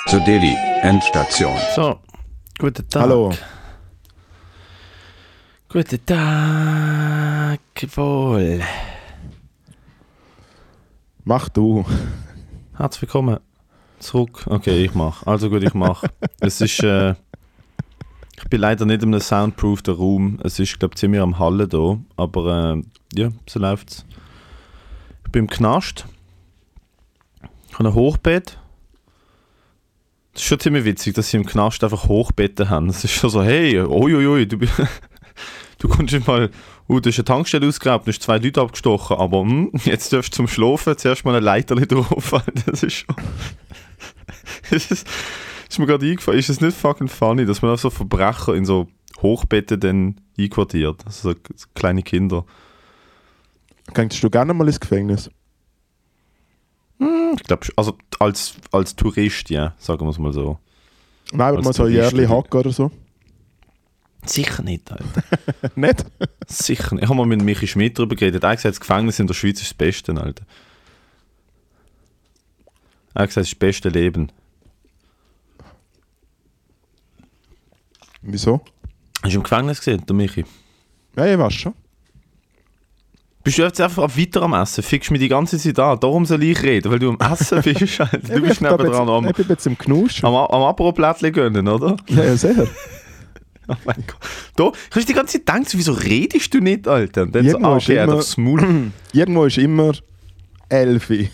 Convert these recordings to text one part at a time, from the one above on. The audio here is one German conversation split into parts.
Zur Delhi, Endstation. So, guten Tag. Hallo. Guten Tag, wohl. Mach du. Herzlich willkommen zurück. Okay, ich mache. Also gut, ich mache. Es ist, ich bin leider nicht in einem soundprooften Raum. Es ist, glaube ich, ziemlich am Hallen hier. Aber ja, so läuft's. Ich bin im Knast. Ich habe ein Hochbett. Das ist schon ziemlich witzig, dass sie im Knast einfach Hochbetten haben. Es ist schon so, hey, uiuiui, du kommst mal, du hast eine Tankstelle ausgeraubt, du hast 2 Leute abgestochen, aber jetzt darfst du zum Schlafen zuerst mal eine Leiter drauf. Das ist schon... ist mir gerade eingefallen, ist es nicht fucking funny, dass man auch so Verbrecher in so Hochbetten dann einquartiert? Also so kleine Kinder. Gehst du gerne mal ins Gefängnis? Ich glaube, also als Tourist, ja, sagen wir es mal so. Nein, aber Als mal so ein Tourist jährlich oder- hacken oder so. Sicher nicht, Alter. Nicht? Sicher nicht. Ich habe mal mit Michi Schmidt darüber geredet. Er hat gesagt, das Gefängnis in der Schweiz ist das Beste, Alter. Er hat gesagt, das ist das beste Leben. Wieso? Hast du im Gefängnis gesehen, der Michi? Ja, ich weiß schon. Bist du jetzt einfach weiter am Essen? Fickst mich die ganze Zeit an. Darum soll ich reden, weil du am Essen bist. Alter. Du bist nebendran am Ich bin jetzt im Knuschen. Apero-Plättchen gönnen, oder? Ja, sehr. Oh mein Gott. Da, ich habe die ganze Zeit gedacht, wieso redest du nicht, Alter? Und dann Irgendwo so, ist okay, er hat immer- aufs Maul. Irgendwo ist immer 11.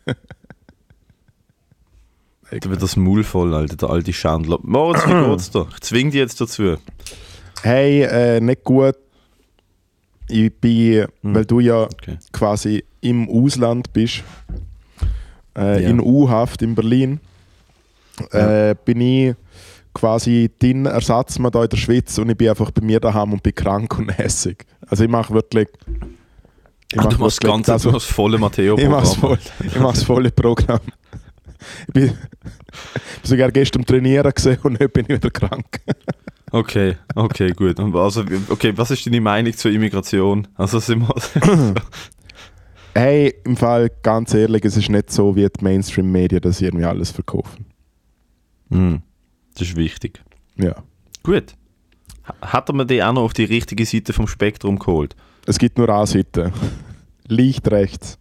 Da wird das Maul voll, Alter, der alte Schandler. Moritz, wie geht's dir? Ich zwing dich jetzt dazu. Hey, nicht gut. Ich bin, weil du ja Okay. quasi im Ausland bist, Ja. in U-Haft in Berlin, bin ich quasi dein Ersatzmann hier in der Schweiz und ich bin einfach bei mir daheim und bin krank und hässig. Also ich mache wirklich... Du machst das volle Ich Matteo-Programm. mache das volle Programm. Ich bin sogar gestern trainieren gesehen und heute bin ich wieder krank. Okay, gut. Und also, okay, was ist deine Meinung zur Immigration? Also sind wir... Hey, im Fall, ganz ehrlich, es ist nicht so wie die Mainstream-Medien, dass sie irgendwie alles verkaufen. Das ist wichtig. Ja. Gut. Hat er mir die auch noch auf die richtige Seite vom Spektrum geholt? Es gibt nur eine Seite. Licht rechts.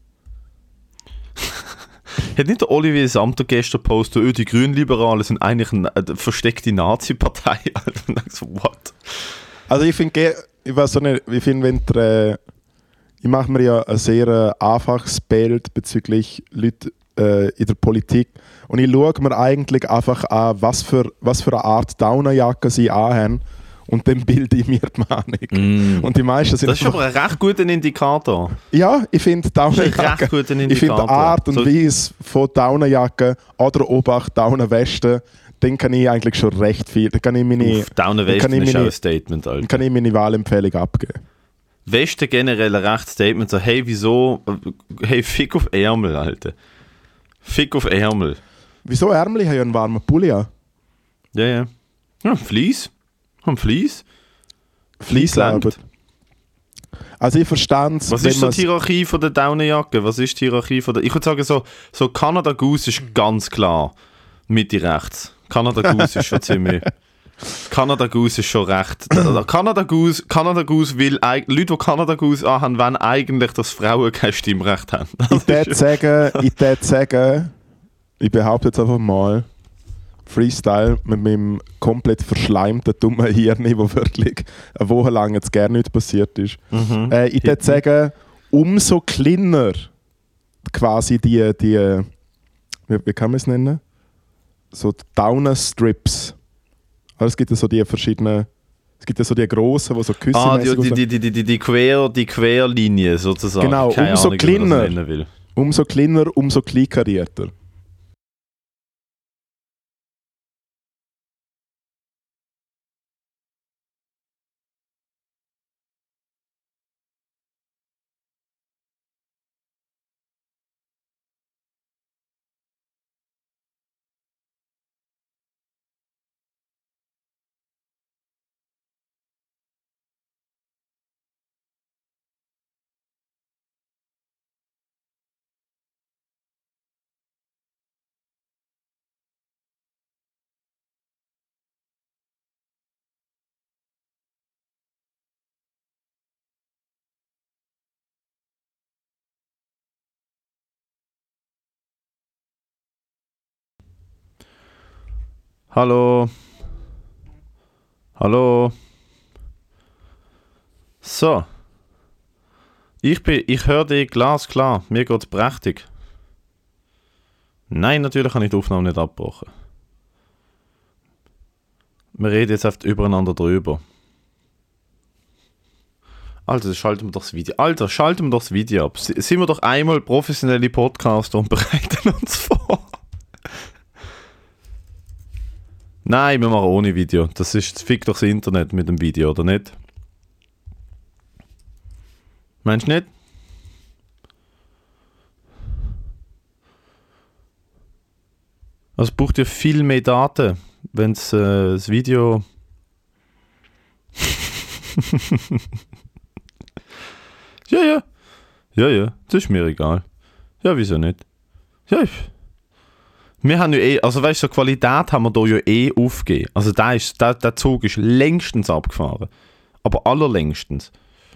Hat nicht der Olivier Samter gestern gepostet, die Grünliberalen sind eigentlich eine versteckte Nazi-Partei? Und ich so, what? Also ich finde, ich weiß auch nicht, ich finde, wenn der, ich mache mir ja ein sehr einfaches Bild bezüglich Leute in der Politik und ich schaue mir eigentlich einfach an, was für eine Art Daunenjacke sie anhaben und dann bilde ich mir die Meinung. Und die meisten sind Das ist aber ein recht guter Indikator. ja, ich finde Das ist ein Daunenjacke, recht guter ich finde Indikator. die Art und So- Weise von Daunenjacke oder Obacht Daunenweste, dann kann ich eigentlich schon recht viel, dann kann ich meine, Auf Down Westen kann ich ist auch meine- ein Statement, Alter. dann kann ich meine Wahlempfehlung abgeben. Westen generell ein rechtes Statement, so, hey, wieso, hey, fick auf Ärmel, Alter. Fick auf Ärmel. Wieso Ärmel? Ich habe ja einen warmen Pulli an. Ja. Ja, Fleece. Haben Fleece. Fleissarbeit. Also ich verstehe es, Was ist so die Hierarchie von der Daunenjacke? Was ist die Hierarchie von der... Ich würde sagen, so Canada Goose ist ganz klar Mitte rechts. Canada Goose ist schon ziemlich... Canada Goose ist schon recht... Canada Goose will... Leute, die Canada Goose anhaben, wollen eigentlich, dass Frauen kein Stimmrecht haben. Ich würde sagen, ich behaupte jetzt einfach mal, Freestyle mit meinem komplett verschleimten, dummen Hirn, wo wirklich eine Woche lang jetzt gar nichts passiert ist. Ich würde sagen, umso kleiner quasi die wie kann man es nennen? So die Daunenstrips. Also es gibt ja so die verschiedenen, es gibt ja so die grossen, die so küssenmäßig Die Querlinie sozusagen. Genau, Keine umso Ahnung, wie man das kleiner. nennen will. umso kleiner, umso kleinkarierter. Hallo. Hallo. So. Ich höre dich glasklar. Mir geht's prächtig. Nein, natürlich habe ich die Aufnahme nicht abgebrochen. Wir reden jetzt einfach übereinander drüber. Alter, schalten wir doch das Video. Alter, schalten wir doch das Video ab. Sind wir doch einmal professionelle Podcaster und bereiten uns vor. Nein, wir machen ohne Video. Das fickt doch das Internet mit dem Video, oder nicht? Meinst du nicht? Also es braucht ja viel mehr Daten, wenn es das Video... Ja, das ist mir egal. Ja, wieso nicht? Ja, wir haben ja also weißt du, so Qualität haben wir hier ja aufgegeben. Also der Zug ist längstens abgefahren. Aber allerlängstens.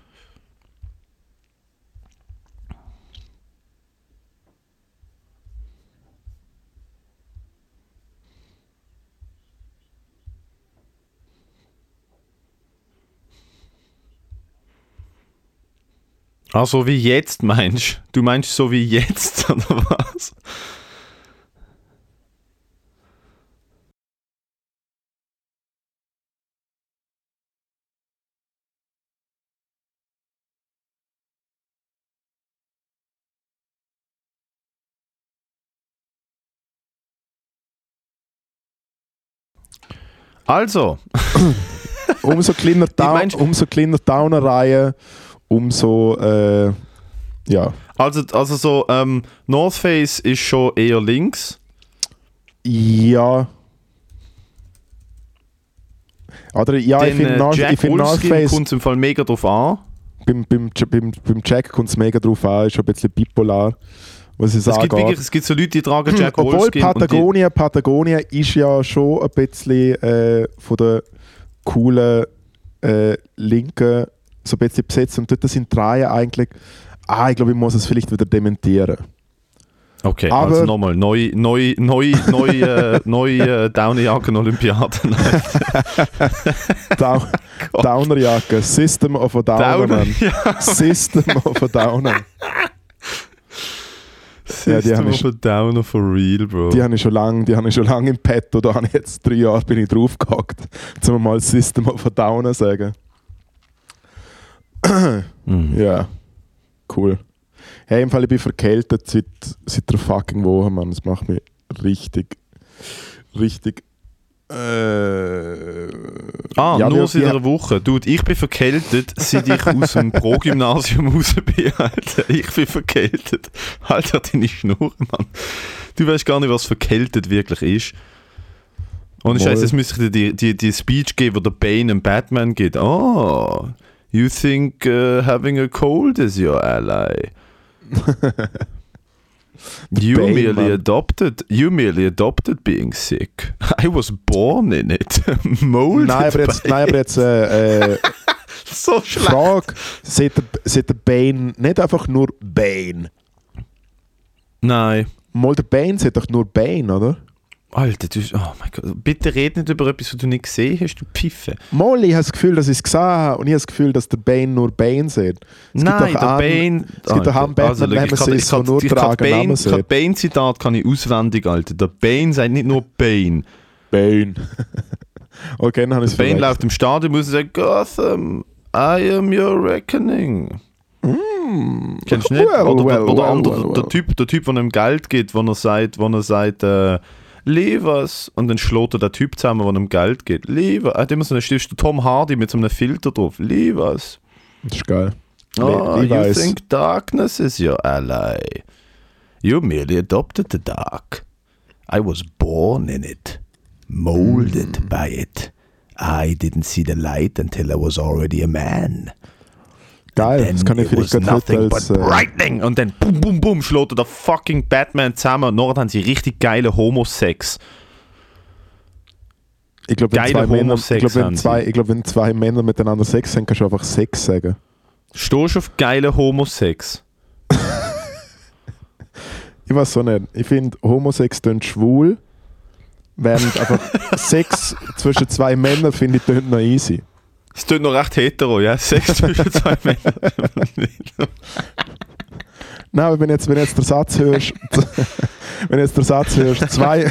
Ah, so wie jetzt meinst du? Du meinst so wie jetzt, oder was? Also. umso kleiner Downer-Reihe, umso ja. Also so, North Face ist schon eher links. Ja. Oder ja, Den, ich finde North Face kommt es im Fall mega drauf an. Beim Jack kommt es mega drauf an, ist schon ein bisschen bipolar, was es angeht. Es gibt so Leute, die tragen Jack Obwohl Wolfskin. Patagonia ist ja schon ein bisschen von der coolen Linken so ein bisschen besetzt und dort sind die Reihen eigentlich... ich glaube, ich muss es vielleicht wieder dementieren. Okay, aber also nochmal, neue Downerjacken-Olympiaden. Downerjacke, System of a Downer, Mann. System of a Downer. System of a Downer for real, Bro. Die habe ich schon lange im Petto, da habe ich jetzt 3 Jahre bin ich draufgehackt, um mal System of a Downer zu sagen. Ja, cool. Hey, im Fall, ich bin verkältet seit der fucking Woche, Mann. Das macht mich richtig. Nur seit einer Woche. Dude, ich bin verkältet, seit ich aus dem Pro-Gymnasium raus bin, Alter. Ich bin verkältet. Alter, deine Schnur, Mann. Du weißt gar nicht, was verkältet wirklich ist. Ohne Scheiß, jetzt müsste ich dir die Speech geben, wo der Bane einem Batman geht. Oh, you think having a cold is your ally? You merely adopted being sick. I was born in it. Molded. Nein, aber jetzt so schlecht. Frage, sieht der Bane nicht einfach nur Bane? Nein. Mal der Bane sieht doch nur Bane, oder? Alter, oh mein Gott, bitte red nicht über etwas, was du nicht gesehen hast, du Piffe. Mal, ich habe das Gefühl, dass ich es gesehen habe und ich habe das Gefühl, dass der Bane nur Bane sieht. Nein, der Bane... Es gibt doch einen Batman, wenn man sich so nur tragen Namen sieht. Das Bane-Zitat kann ich auswendig, Alter. Der Bane sagt nicht nur Bane. Bane. Okay, dann habe ich es Bane läuft im Stadion und sagt, Gotham, I am your reckoning. Kennst du nicht? Der Typ, der ihm Geld gibt, wo er sagt, leave us. Und dann schlägt der Typ zusammen, der ihm Geld gibt. Leave us. Er hat immer so einen Stift, Tom Hardy mit so einem Filter drauf. Leave us. Das ist geil. You think darkness is your ally. You merely adopted the dark. I was born in it. Molded by it. I didn't see the light until I was already a man. Geil, das kann ich vielleicht gerade als... Brightening. Und dann bum, bum, bum, schlägt der fucking Batman zusammen und nachher haben sie richtig geile Homosex. Ich glaube, wenn zwei Männer miteinander Sex haben, kannst du einfach Sex sagen. Stehst du auf geile Homosex? Ich weiß so nicht. Ich finde, Homosex tönt schwul. Während einfach Sex zwischen zwei Männern finde ich tönt noch easy. Es tut noch recht hetero, ja? Sex zwischen zwei Männern. Nein, aber wenn jetzt der Satz hörst, zwei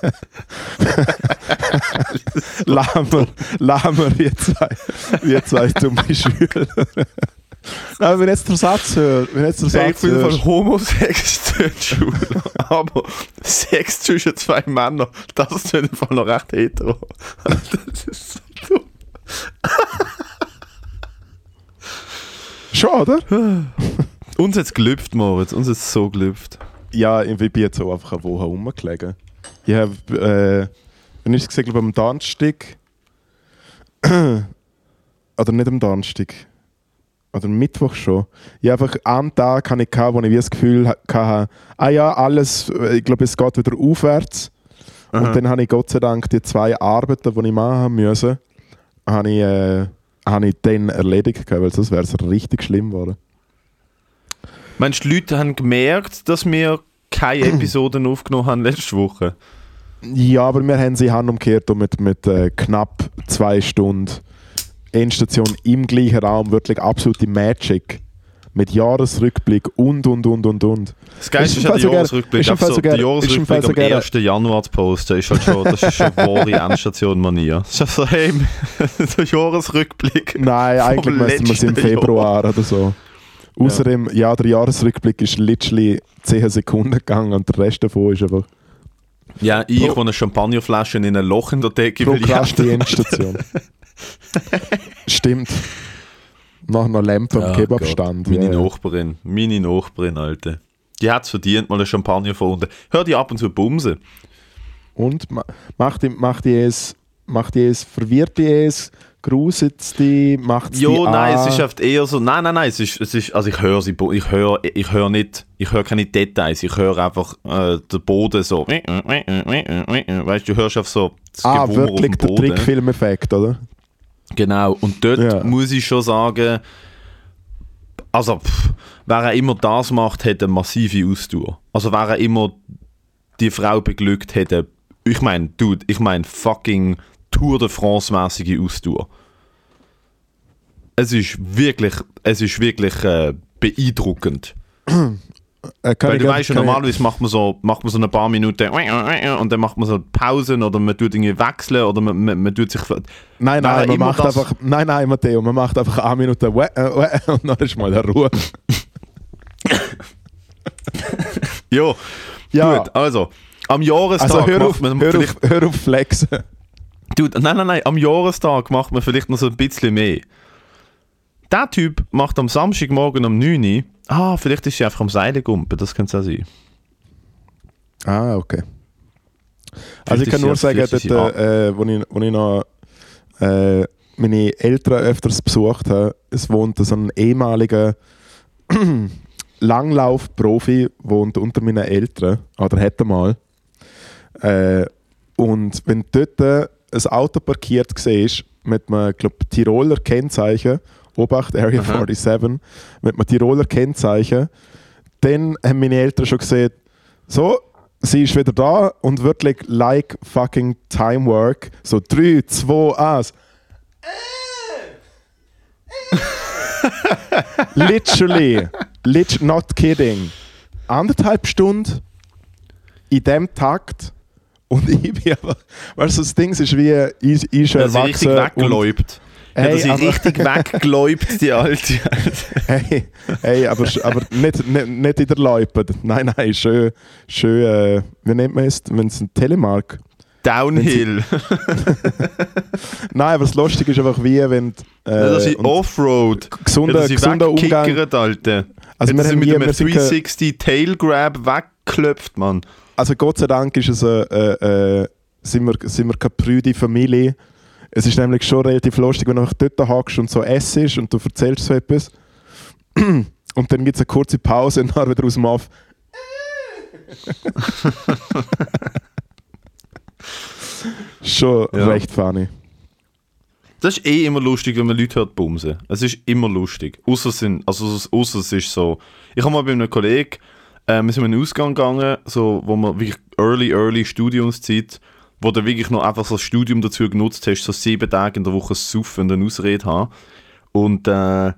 Lamer wie zwei dumme Schüler. Aber wenn jetzt der Satz hörst, Ich bin von Homosex schwul, aber Sex zwischen zwei Männern, das ist in dem Fall noch recht hetero. Das ist so dumm. schon, oder? Uns hat es gelüpft, Moritz, uns hat es so gelüpft. Ja, ich bin jetzt so einfach eine Woche rumgelegen. Ich habe, wenn ich es gesehen habe, am Donnerstag, oder nicht am Donnerstag, oder am Mittwoch schon. Ich habe einfach einen Tag, wo ich wie das Gefühl hatte, alles, ich glaube, es geht wieder aufwärts. Aha. Und dann habe ich Gott sei Dank die 2 Arbeiten, die ich machen musste, habe ich dann erledigt, weil sonst wäre es richtig schlimm geworden. Meinst du, die Leute haben gemerkt, dass wir keine Episoden aufgenommen haben letzte Woche? Ja, aber wir haben sie handumgekehrt und mit knapp 2 Stunden Endstation im gleichen Raum, wirklich absolute Magic. Mit Jahresrückblick und. Das Geilste ist ja der Jahresrückblick. Der Jahresrückblick am 1. Januar zu posten, ist halt schon, das ist schon wahre Endstation-Manier. Das ist ja so, hey, der Jahresrückblick. Nein, eigentlich müssen wir es im Februar oder so. Außerdem, der Jahresrückblick ist literally 10 Sekunden gegangen und der Rest davon ist einfach... Ja, ich, wo eine Champagnerflasche in ein Loch in der Decke will. Die Endstation. Stimmt. Nach einer Lampe am Kebabstand. Meine Nachbarin, Alter. Die hat es verdient, mal eine Champagner von unten. Hör die ab und zu bumsen. Und macht die es, verwirrt die es, gruselt es die, macht es die nein, es ist oft eher so, nein, es ist, also ich höre keine Details, ich höre einfach den Boden so, weißt du, hörst auf so das Gewummer wirklich auf dem Boden. Der Trickfilmeffekt, oder? Genau, und dort muss ich schon sagen, also wer er immer das macht, hat eine massive Ausdauer. Also wer er immer die Frau beglückt hätte, ich meine fucking Tour de France-mäßige Ausdauer. Es ist wirklich beeindruckend. Weil du weißt ja, normalerweise macht man so ein paar Minuten und dann macht man so Pausen oder man tut irgendwie wechseln oder man tut sich... Nein, Matteo, man macht einfach 1 Minute und dann ist mal der Ruhe. Ja, gut, also am Jahrestag hör auf flexen. Dude, nein, am Jahrestag macht man vielleicht noch so ein bisschen mehr. Der Typ macht am Samstagmorgen um 9 Uhr, vielleicht ist sie einfach am Seilen gumpen, das könnte es auch sein. Ah, okay. Also ich kann nur sagen, dort, wo ich noch meine Eltern öfters besucht habe, es wohnt so ein ehemaliger Langlauf-Profi, wohnt unter meinen Eltern, oder hätte mal. Und wenn dort ein Auto parkiert war, mit einem Tiroler Kennzeichen, Obacht, Area 47, mit einem Tiroler Kennzeichen, dann haben meine Eltern schon gesehen, so, sie ist wieder da und wirklich like fucking time work, so 3, 2, 1. Literally, not kidding. 1,5 Stunden in dem Takt und ich bin einfach, weißt du, das Ding ist wie, ich schon erwachsen. Richtig weggeläuft. Hey, sie richtig weggeläuft, die Alte. hey, aber nicht in der Loipe. Nein, schön, wie nennt man es, wenn es ein Telemark? Downhill. Nein, aber das Lustige ist einfach wie, wenn... das ist Offroad. Gesunder Umgang. Alter. Also wir haben mit einem 360 Tailgrab weggeklopft, Mann. Also Gott sei Dank ist es sind wir keine prüde Familie. Es ist nämlich schon relativ lustig, wenn du dort hockst und so essst und du erzählst so etwas. Und dann gibt es eine kurze Pause und dann wieder aus dem Off. Schon recht funny. Das ist immer lustig, wenn man Leute hört bumsen. Es ist immer lustig. Ausser es ist so... Ich habe mal bei einem Kollegen, wir sind in einen Ausgang gegangen, so, wo wir wirklich early Studiumszeit, wo du wirklich noch einfach so das Studium dazu genutzt hast, so 7 Tage in der Woche zu saufen und eine Ausrede haben. Und wir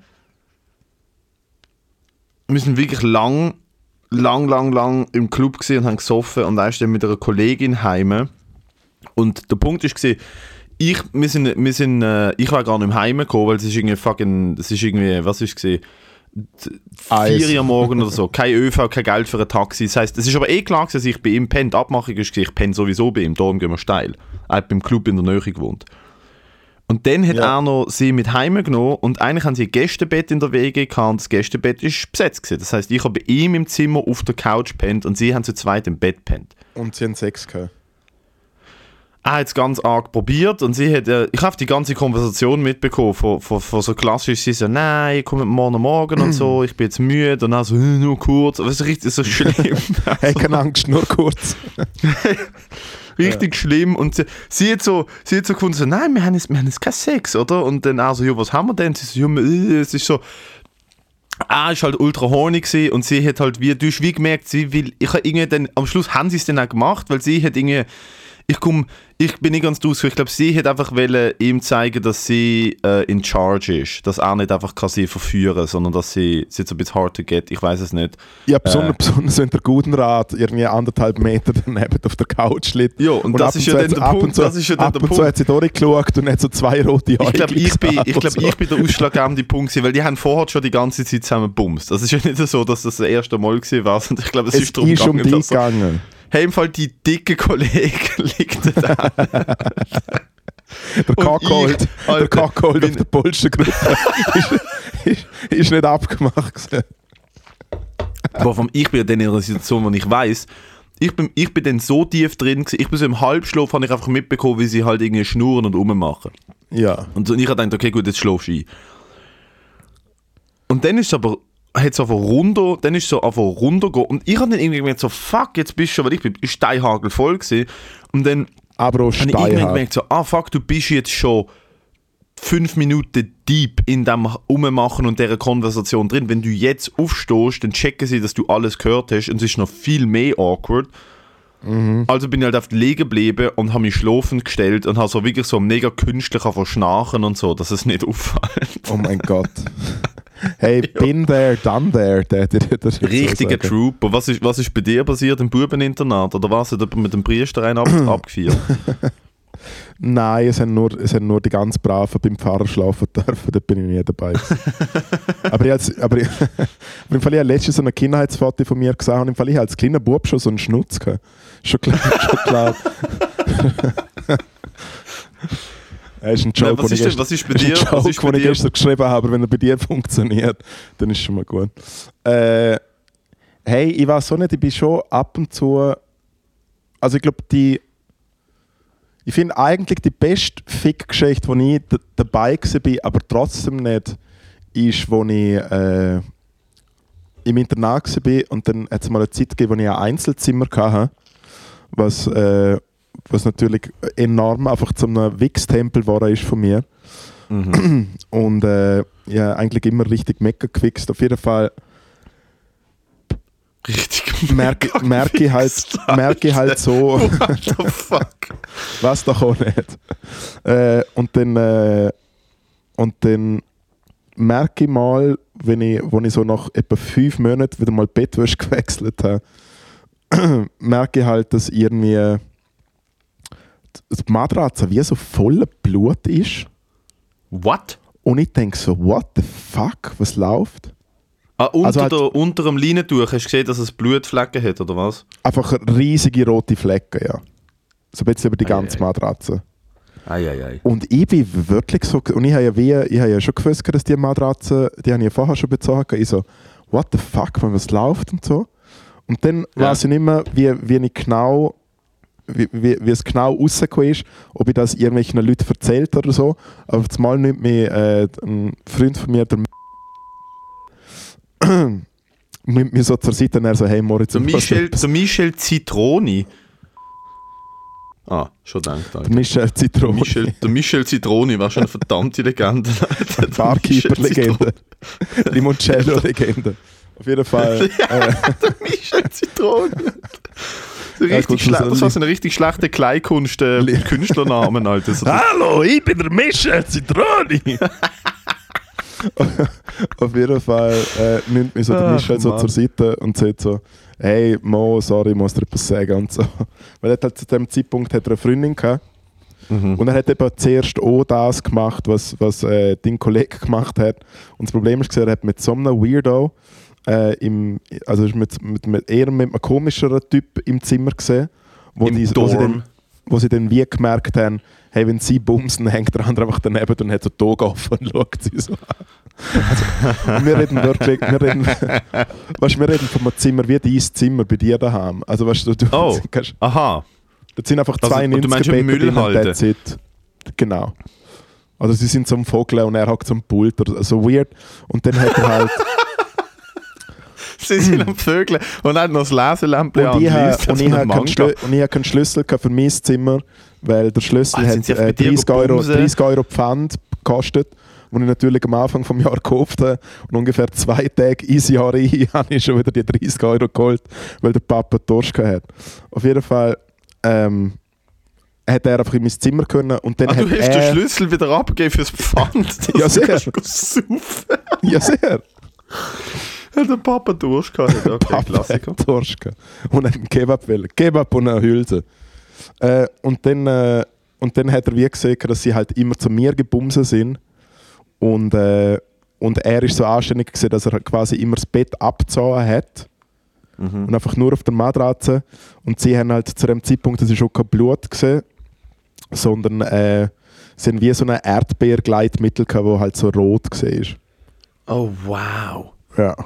sind wirklich lang im Club gewesen und haben gesoffen und dann ist dann mit einer Kollegin heim. Und der Punkt war, ich war gar nicht im Heim gekommen, weil es ist irgendwie was ist es? 4 Uhr morgen oder so, kein ÖV, kein Geld für ein Taxi. Das heisst, es ist aber klar, dass ich bei ihm penne. Die Abmachung ist, ich penne sowieso bei ihm, darum gehen wir steil. Er hat beim Club in der Nähe gewohnt. Und dann hat er noch sie mit heimgenommen und eigentlich haben sie ein Gästebett in der WG gehabt und das Gästebett war besetzt gewesen. Das heisst, ich habe bei ihm im Zimmer auf der Couch gepennt und sie haben zu zweit im Bett gepennt. Und sie haben Sex gehabt? Er hat es ganz arg probiert und sie hat, ich habe die ganze Konversation mitbekommen, von so klassisch, sie so, nein, ich komme morgen und so, ich bin jetzt müde und dann so, nur kurz, das ist richtig so schlimm. Hey, keine Angst, nur kurz. Richtig schlimm und sie hat so gefunden, so, nein, wir haben jetzt keinen Sex, oder? Und dann auch so, ja, was haben wir denn? Sie so, ja, es ist so, ist halt ultra horny gewesen und sie hat halt du hast wie gemerkt, sie will, am Schluss haben sie es dann auch gemacht, weil sie hat irgendwie, ich bin nicht ganz draus, ich glaube, sie hat einfach ihm zeigen, dass sie in charge ist, dass er nicht einfach kann sie verführen, sondern dass sie jetzt ein bisschen hard to get, ich weiß es nicht. Ja, besonders wenn der Gudenrat irgendwie 1,5 Meter daneben auf der Couch liegt. Ja, und das ist ja dann der Punkt. Ab und zu hat sie durchgeschaut und hat so 2 rote Augen. Ich bin der ausschlaggebende Punkt, weil die haben vorher schon die ganze Zeit zusammen gebumst. Das ist ja nicht so, dass das erste Mal war, und ich glaube, es ist darum gegangen. Hey, im Fall die dicke Kollege liegt da. Der Kackhold auf der Polstergruppe ist nicht abgemacht. Ich bin dann in einer Situation, wo ich weiss, ich bin dann so tief drin gewesen, ich bin so im Halbschlaf, habe ich einfach mitbekommen, wie sie halt irgendwie schnurren und rummachen. Ja. Und ich habe gedacht, okay, gut, jetzt schlafst du ein. Und dann ist es aber runtergegangen und ich habe dann irgendwie gemerkt, so fuck, jetzt bist du schon, weil ich bin steinhagelvoll gewesen und dann aber auch habe ich irgendwann gemerkt, so fuck, du bist jetzt schon 5 Minuten deep in dem Rummachen und dieser Konversation drin. Wenn du jetzt aufstehst, dann checken sie, dass du alles gehört hast und es ist noch viel mehr awkward. Mhm. Also bin ich halt auf die Liege geblieben und habe mich schlafend gestellt und habe so wirklich so mega künstlich verschnarchen und so, dass es nicht auffällt. Oh mein Gott. Hey, been there, done there. Richtiger so Trooper. Was ist bei dir passiert im Bubeninternat? Oder was? Hat jemand mit dem Priester einen abgeführt? Nein, es haben nur die ganz Braven beim Pfarrer schlafen dürfen. Da bin ich nie dabei. aber im Fall, ich habe letztens so eine Kindheitsfoto von mir gesehen und im Fall, ich als kleiner Bub schon so einen Schnutz gehabt. Schon klar. Das ist ein Joke, was ist bei dir? Den ich gestern geschrieben habe, aber wenn er bei dir funktioniert, dann ist es schon mal gut. Hey, ich weiß auch nicht, ich bin schon ab und zu. Also ich glaube, ich finde eigentlich die beste Fick-Geschichte, wo ich dabei war, aber trotzdem nicht, ist, wo ich im Internat war und dann hat es mal eine Zeit gegeben, wo ich ein Einzelzimmer hatte, was natürlich enorm einfach zu einem Wichstempel geworden ist von mir. Mhm. Und ja, eigentlich immer richtig mega gewichst. Auf jeden Fall richtig merke ich halt so. What the fuck? Was doch auch nicht. Und dann merke ich mal, wenn ich so nach etwa 5 Monaten wieder mal Bettwäsche gewechselt habe, merke ich halt, dass irgendwie die Matratze wie so voller Blut ist. What? Und ich denke so, what the fuck, was läuft? Unter dem Leinentuch hast du gesehen, dass es Blutflecken hat, oder was? Einfach riesige rote Flecken, ja. So ein bisschen über die ganze Matratze. Und ich bin wirklich so, und ich habe ja schon gewusst, dass die Matratze, die habe ich ja vorher schon bezogen, ich so, what the fuck, was läuft und so. Und dann weiß ich nicht mehr, wie es genau rausgekommen ist, ob ich das irgendwelchen Leuten erzählt oder so. Aber zumal nimmt mich ein Freund von mir, der nimmt mich so zur Seite und er so, hey Moritz. Der Michel Zitroni. Schon gedacht. Der Michel Zitroni. Der Michel Zitroni war schon eine verdammte Legende. Barkeeper-Legende. Limoncello-Legende. Auf jeden Fall. Der Michel Zitroni. Das war so ein richtig schlechter Kleinkunst-Künstlernamen, Alter. So, Hallo, ich bin der Michel Zitroni. Auf jeden Fall nimmt mich so der Michel so zur Seite und sagt so, hey Mo, sorry, ich muss dir etwas sagen und so. Weil er halt zu dem Zeitpunkt hat er eine Freundin gehabt. Und er hat eben zuerst auch das gemacht, was dein Kollege gemacht hat. Und das Problem ist, er hat mit so einem Weirdo, eher mit einem komischeren Typ im Zimmer gesehen, wo sie dann wie gemerkt haben, hey, wenn sie bumsen, hängt der andere einfach daneben und hat so die Augen offen und schaut sie so an. Also, wir reden von einem Zimmer wie dein Zimmer bei dir daheim. Also weißt du, aha. Das sind einfach 92 Betten und that's it. Genau. Also sie sind so ein Vogel und er hockt so ein Pult oder so weird. Und dann hat er halt... Sie sind am Vögeln und hat noch das Leselämpchen an. Und ich habe keinen Schlüssel für mein Zimmer, weil der Schlüssel hat 30 Euro Pfand gekostet, den ich natürlich am Anfang des Jahres gekauft habe. Und ungefähr 2 Tage ins Jahr habe ich schon wieder die 30 Euro geholt, weil der Papa Durst hatte. Auf jeden Fall hat er einfach in mein Zimmer können. Und dann du hast den Schlüssel wieder abgegeben fürs Pfand. Ja, sehr. Ja, sehr. Hat der Papa Durst gehabt? Okay, Klassiker. Durst gehabt. Und hat einen Kebab wollen. Kebab und eine Hülse. Und dann hat er wie gesehen, dass sie halt immer zu mir gebumsen sind. Und er ist so anständig gewesen, dass er quasi immer das Bett abgezogen hat. Und einfach nur auf der Matratze. Und sie haben halt zu dem Zeitpunkt, das ist schon kein Blut gesehen, sondern sie haben wie so ein Erdbeergleitmittel gehabt, das halt so rot war. Oh wow. Ja.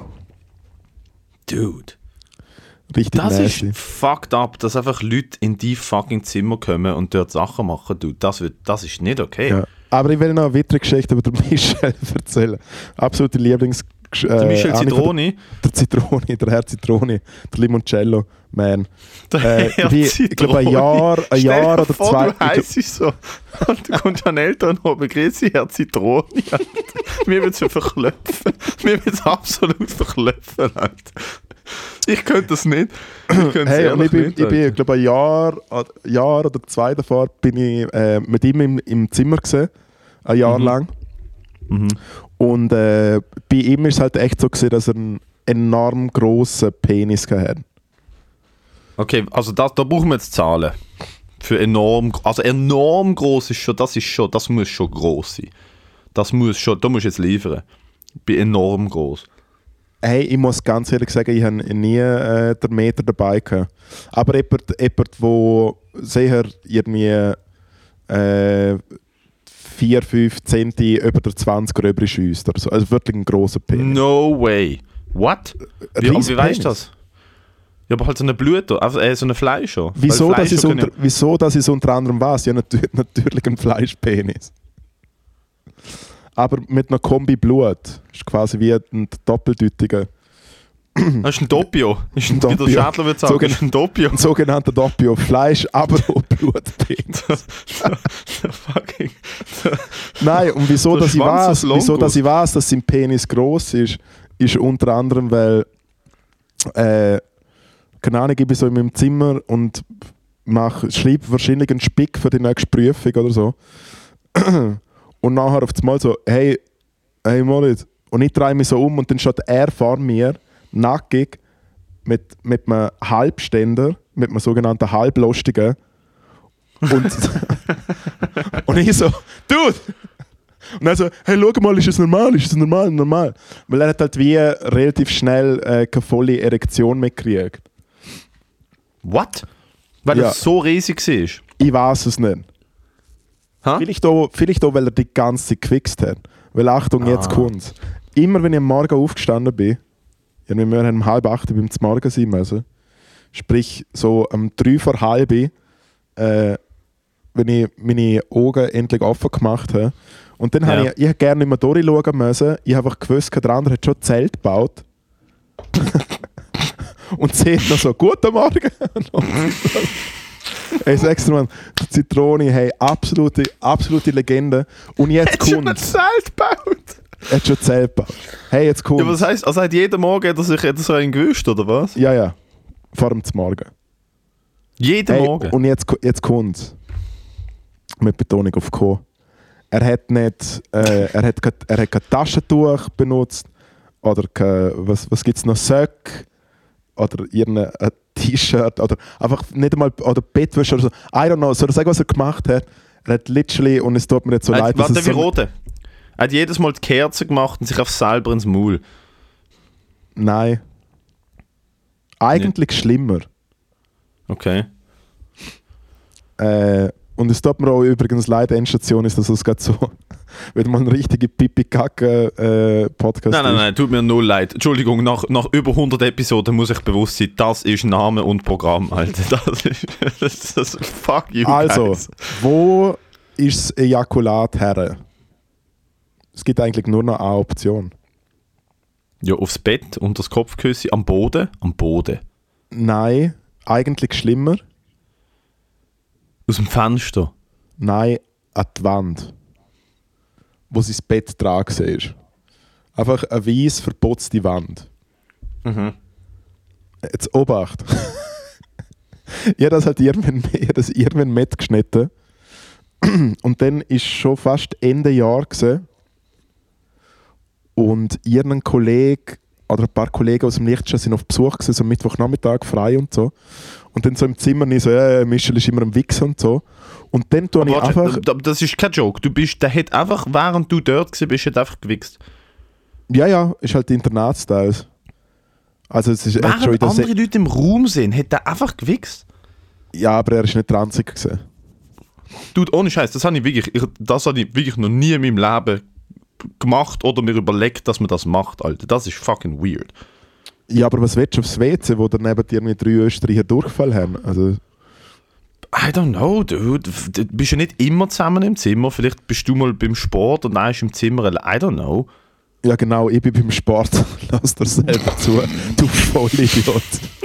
Dude. Richtig das nasty. Ist fucked up, dass einfach Leute in die fucking Zimmer kommen und dort Sachen machen. Dude, das ist nicht okay. Ja. Aber ich will noch eine weitere Geschichte über den Michel erzählen. Absolute Lieblingsgeschichte. Der Michel Zitroni? Der Zitroni, der Herr Zitroni, der Limoncello, man. Der Herr Zitroni. Ich glaube, ein Jahr oder vor, zwei. Du heisst so. Und du kommst an Eltern oben, grüezi, Herr Zitroni. Mir wird es verklopfen. Mir wird es absolut verklopfen, Alter. Ich könnte das nicht. Ich glaube, ein Jahr oder 2 davor bin ich mit ihm im Zimmer gesehen. Ein Jahr lang. Und bei ihm ist es halt echt so gewesen, dass er einen enorm grossen Penis hat. Okay, also da brauchen wir jetzt Zahlen. Für enorm groß ist schon, das muss schon groß sein. Da musst du jetzt liefern. Bei enorm groß. Hey, ich muss ganz ehrlich sagen, ich habe nie den Meter dabei gehabt. Aber jemand, der sehr irgendwie 4-5 Centi über der 20 gröber schiesst oder so. Also wirklich ein grosser Penis. No way. What? Wie weißt du das? Ja, aber halt so eine Bluter, also so ein Fleischer. Wieso, dass ich es unter anderem weiß? Ja, natürlich ein Fleischpenis. Aber mit einer Kombi Blut. Ist quasi wie ein doppeldeutiger. Das ist ein Doppio. Ist ein Doppio. Wie der Schädler würde sagen, ist ein Doppio. Ein sogenannter Doppio. Fleisch, aber auch Blutpenis. Nein, und wieso dass ich weiß, dass sein Penis gross ist unter anderem, weil keine Ahnung, ich bin so in meinem Zimmer und schreibe wahrscheinlich einen Spick für die nächste Prüfung oder so. Und nachher auf einmal so, hey Moritz. Und ich drehe mich so um und dann steht er vor mir, nackig, mit einem Halbständer, mit einem sogenannten Halblustigen. Und ich so, Dude! Und er so, hey, schau mal, ist es normal? Weil er hat halt wie relativ schnell keine volle Erektion mehr gekriegt. What? Weil er so riesig ist? Ich weiß es nicht. Vielleicht auch, weil er die ganze Zeit gefixt hat. Weil Achtung, jetzt kommt's. Immer wenn ich am Morgen aufgestanden bin, ja, wir haben um 7:30 beim Morgen sein müssen, sprich so um 3:30, wenn ich meine Augen endlich offen gemacht habe. Und dann habe ich gerne nicht mehr durchschauen müssen. Ich habe einfach gewusst, der andere hat schon ein Zelt gebaut. Und sieht noch so, guten Morgen. Hey, sag's dir mal, Zitroni, hey, absolute Legende. Und jetzt kommt. Er hat schon ein Zelt gebaut. Er hat schon ein Zelt gebaut. Hey, jetzt kommt. Ja, was heisst, also hat jeden Morgen hat er so einen gewünscht, oder was? Ja. Vor dem Morgen. Jeden Morgen? Und jetzt kommt's. Mit Betonung auf Co. Er hat kein Taschentuch benutzt oder was gibt es noch, Söcke oder irgendein T-Shirt oder einfach nicht einmal oder Bettwäsche oder so. I don't know. Soll ich sagen, was er gemacht hat? Er hat literally, und es tut mir jetzt so leid, warte, wie rote? Er hat jedes Mal die Kerze gemacht und sich auf selber ins Maul. Nein. Eigentlich schlimmer. Okay. Und es tut mir auch übrigens leid, Endstation ist, dass es gerade so wieder mal ein richtiger Pipi-Kacke-Podcast ist. Nein, tut mir null leid. Entschuldigung, nach über 100 Episoden muss ich bewusst sein, das ist Name und Programm, Alter. Das ist fuck you, also, guys. Wo ist das Ejakulat her? Es gibt eigentlich nur noch eine Option. Ja, aufs Bett, unter das Kopfkissen, am Boden? Am Boden. Nein, eigentlich schlimmer. Aus dem Fenster? Nein, an die Wand. Wo sein Bett dran war. Einfach eine weiss verputzte Wand. Mhm. Jetzt Obacht. Ich habe das halt irgendwann mitgeschnitten. Und dann war schon fast Ende Jahr gewesen. Und irgendein Kollege oder ein paar Kollegen aus dem Lichtschein sind auf Besuch gewesen, so am Mittwochnachmittag frei und so. Und dann so im Zimmer nicht so, Michel ist immer am Wichsen und so. Und dann tue ich einfach... Das ist kein Joke. Der hat einfach, während du dort warst, hat einfach gewichst. Ja, ist halt Internatsteils. Also es ist während schon andere Leute im Raum sind, hat der einfach gewichst? Ja, aber er ist nicht ranzig gewesen. Dude, ohne Scheiß, das habe ich wirklich noch nie in meinem Leben gemacht oder mir überlegt, dass man das macht, Alter. Das ist fucking weird. Ja, aber was willst du aufs WC, wo daneben irgendwie 3 Österreicher Durchfall haben? Also... I don't know, dude. Du bist ja nicht immer zusammen im Zimmer. Vielleicht bist du mal beim Sport und dann ist im Zimmer. I don't know. Ja genau, ich bin beim Sport. Lass dir selber zu. Du Vollidiot.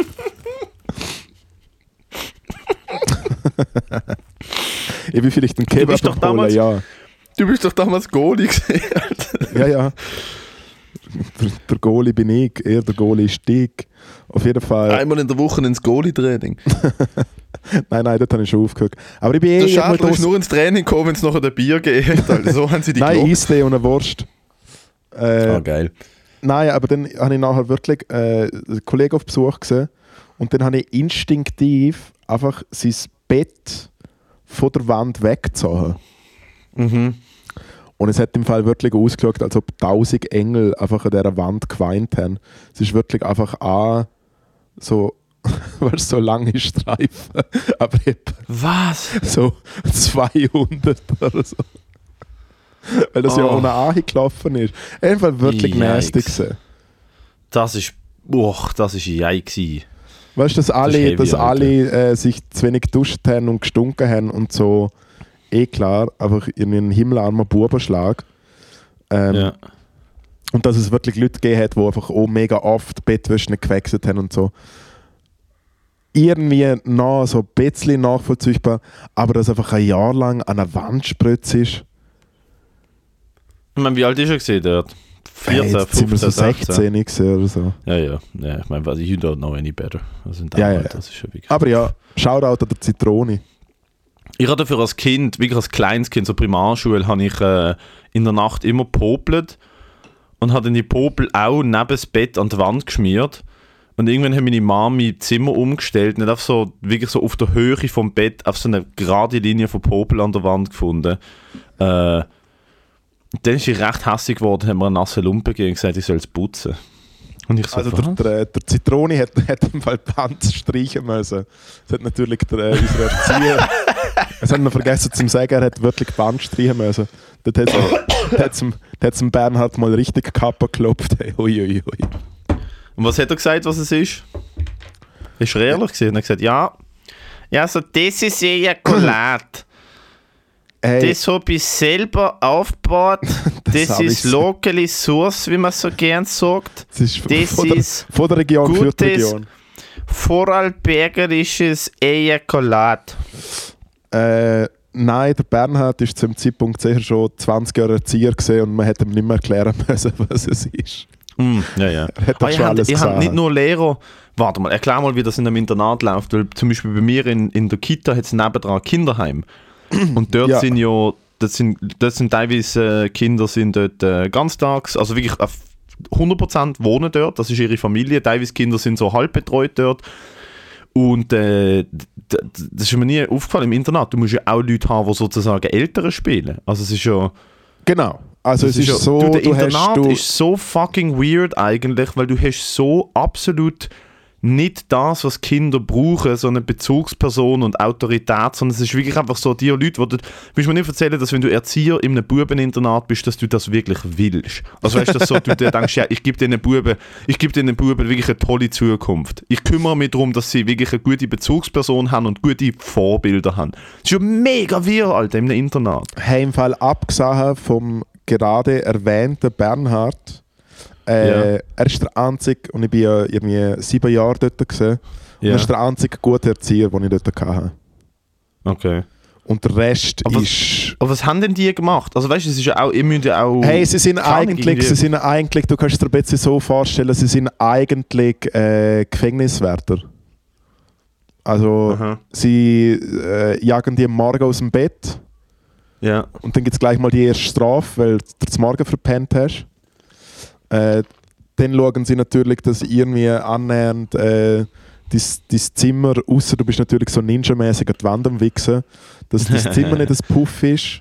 Ich bin vielleicht ein Kebab holen, ja. Du bist doch damals Goalie gewesen. Ja. Der Goalie bin ich, eher der Goalie ist dick. Auf jeden Fall. Einmal in der Woche ins Goalie-Training. Nein, dort habe ich schon aufgehört. Aber ich bin der Schädler ist nur ins Training gekommen, wenn es nachher ein Bier geht. Also, so haben sie die Nein, Eistee und eine Wurst. Geil. Nein, aber dann habe ich nachher wirklich einen Kollegen auf Besuch gesehen und dann habe ich instinktiv einfach sein Bett von der Wand weggezogen. Mhm. Und es hat im Fall wirklich ausgeschaut, als ob 1000 Engel einfach an dieser Wand geweint haben. Es ist wirklich einfach so, weißt, so lange Streifen, aber was? So 200 oder so. Weil das ja ohne Ahi gelaufen ist. Einfach wirklich nasty gewesen. Das ist jei gewesen. Weißt du, dass alle sich zu wenig geduscht haben und gestunken haben und so, klar, einfach in einen himmelarmen Bubenschlag. Ja. Und dass es wirklich Leute gegeben hat, die einfach auch mega oft Bettwäsche nicht gewechselt haben und so. Irgendwie noch so ein bisschen nachvollziehbar, aber dass einfach ein Jahr lang an einer Wand spritzt ist. Ich meine, wie alt ist er gesehen dort? 14, 15, so 16 oder so. Ja, ich meine, you don't know any better. Also das ist schon wirklich. Aber ja, Shoutout an der Zitrone. Ich hatte dafür als Kind, wirklich als kleines Kind, so Primarschule, habe ich in der Nacht immer popelt und habe dann die Popel auch neben das Bett an die Wand geschmiert. Und irgendwann hat meine Mama mein Zimmer umgestellt und einfach so, wirklich so auf der Höhe vom Bett auf so eine gerade Linie von Popel an der Wand gefunden. Dann ist ich recht hässlich geworden, haben mir eine nasse Lumpe gegeben und gesagt, ich soll es putzen. Und ich so, also der Zitrone hat im Fall die Wand streichen müssen. Das hat natürlich unser Erzieher... Es hat noch vergessen zu sagen, er hat wirklich die Wand streichen müssen. Dort hat es Bernhard mal richtig Kappa geklopft. Hey, ui. Und was hat er gesagt, was es ist? Ist er ehrlich gewesen? Und er hat gesagt, ja, so das ist Ejakulat. Hey, das habe ich selber aufgebaut. Das ist Locally Source, wie man so gern sagt. Das ist von der Region für die Region. Vorarlbergerisches Ejakulat. Nein, der Bernhard war zu dem Zeitpunkt sicher schon 20 Jahre Erzieher und man hätte ihm nicht mehr erklären müssen, was es ist. Ja. Er hat doch schon alles Ich habe gesagt. nicht nur Lehrer. Warte mal, erklär mal, wie das in einem Internat läuft. Weil zum Beispiel bei mir in der Kita hat es nebendran Kinderheim. Und dort Ja. sind ja, das sind teilweise Kinder sind dort ganztags, also wirklich 100% wohnen dort, das ist ihre Familie. Teilweise Kinder sind so halb betreut dort. Und das ist mir nie aufgefallen im Internat. Du musst ja auch Leute haben, die sozusagen Eltern spielen. Also es ist ja... Genau. Also es ist ja, so, der du hast Internat du... ist so fucking weird eigentlich, weil du hast so absolut nicht das, was Kinder brauchen, so eine Bezugsperson und Autorität, sondern es ist wirklich einfach so, die Leute, die du willst mir nicht erzählen, dass wenn du Erzieher in einem Bubeninternat bist, dass du das wirklich willst. Also weißt du, dass so, du dir denkst, ja, ich gebe diesen Buben wirklich eine tolle Zukunft. Ich kümmere mich darum, dass sie wirklich eine gute Bezugsperson haben und gute Vorbilder haben. Das ist ja mega wirr, Alter, in einem Internat. Hey, im Fall abgesehen vom gerade erwähnten Bernhard, er ist der einzige, und ich bin ja irgendwie 7 Jahre dort gewesen, und er ist der einzige gute Erzieher, den ich dort hatte. Okay. Und der Rest Aber ist... Aber was haben denn die gemacht? Also weißt du, es ist ja auch, ihr müsst ja auch... Hey, sie sind keine Ahnung, eigentlich, du kannst es dir ein bisschen so vorstellen, sie sind eigentlich Gefängniswärter. Also Aha. sie jagen die am Morgen aus dem Bett Ja. und dann gibt es gleich mal die erste Strafe, weil du zum Morgen verpennt hast. Dann schauen sie natürlich, dass irgendwie annähernd dein Zimmer, außer du bist natürlich so ninja-mäßig an die Wand am Wichsen, dass das Zimmer nicht ein Puff ist.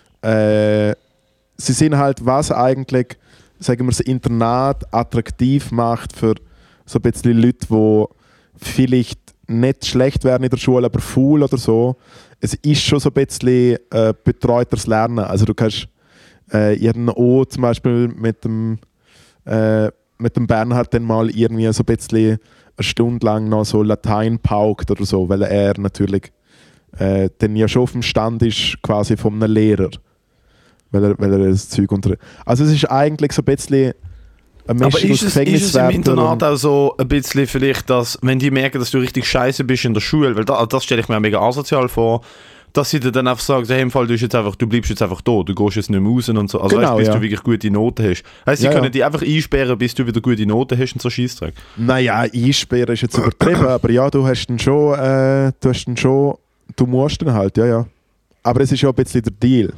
Sie sind halt, was eigentlich, sagen wir, das Internat attraktiv macht für so ein bisschen Leute, die vielleicht nicht schlecht werden in der Schule, aber faul oder so. Es ist schon so ein bisschen betreutes Lernen. Also du kannst auch zum Beispiel mit dem Bernhard dann mal irgendwie so ein bisschen eine Stunde lang noch so Latein paukt oder so, weil er natürlich dann ja schon auf dem Stand ist quasi von einem Lehrer. Weil er das Zeug Also es ist eigentlich so ein bisschen eine Aber Mischung aus ist es im Gefängniswärter Internat auch so ein bisschen vielleicht, dass, wenn die merken, dass du richtig scheiße bist in der Schule, weil das stelle ich mir mega asozial vor, dass sie dir dann einfach sagen, hey, im Fall, du bleibst jetzt einfach da, du gehst jetzt nicht mehr raus und so. Also Genau, weißt, bis ja. du wirklich gute Noten hast. Heißt, sie Ja, können ja. dich einfach einsperren, bis du wieder gute Noten hast und so Scheissdreck. Naja, einsperren ist jetzt übertrieben, aber ja, du musst dann halt, ja. Aber es ist ja ein bisschen der Deal.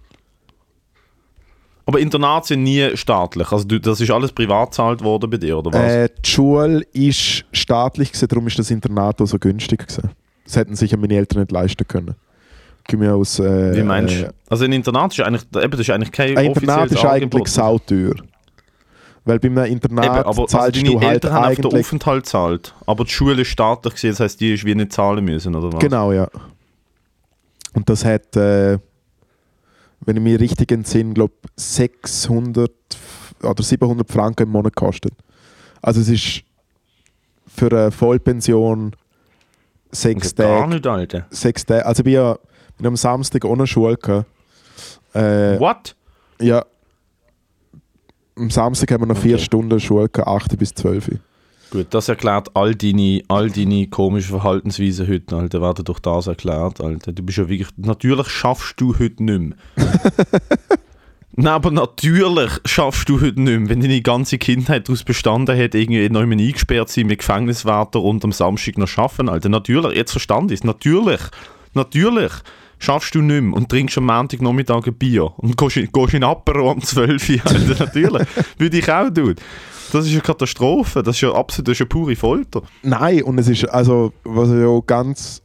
Aber Internate sind nie staatlich, also das ist alles privat gezahlt worden bei dir, oder was? Die Schule ist staatlich gewesen, darum ist das Internat auch so günstig gewesen. Das hätten sich ja meine Eltern nicht leisten können. Aus, Wie meinst du? Also ein Internat ist eigentlich, das ist eigentlich kein ein Internat offizielles ist eigentlich Angebot. sauteuer. Weil bei einem Internat Eben, aber zahlst also deine du halt Eltern haben einfach den eigentlich... Aufenthalt gezahlt. Aber die Schule ist staatlich gewesen, das heisst, die ist wie nicht zahlen müssen, oder was? Genau, ja. Und das hat, wenn ich mich richtig entsinne, glaube 600 oder 700 Franken im Monat gekostet. Also es ist für eine Vollpension 6 Gar Tage. nicht, Alter. 6 Tage. Also ich bin am Samstag ohne Schule gehabt. What? Ja. Am Samstag haben wir noch 4 Stunden Schule gehabt, 8 bis 12. Gut, das erklärt all deine komischen Verhaltensweisen heute, Alter. Werden durch das erklärt, Alter. Du bist ja wirklich... Natürlich schaffst du heute nicht mehr. Nein, aber natürlich schaffst du heute nicht mehr, wenn deine ganze Kindheit daraus bestanden hat, irgendwie noch einmal eingesperrt sein mit Gefängniswärter und am Samstag noch arbeiten, Alter. Natürlich, jetzt verstand ich es. Natürlich schaffst du nicht mehr und trinkst am Montagnachmittag ein Bier und gehst in Apero am 12 Uhr, Alter. Natürlich. Würde ich auch tun. Das ist eine Katastrophe. Das ist ja absolut, das ist ja pure Folter. Nein, und es ist, also, was ich auch ganz,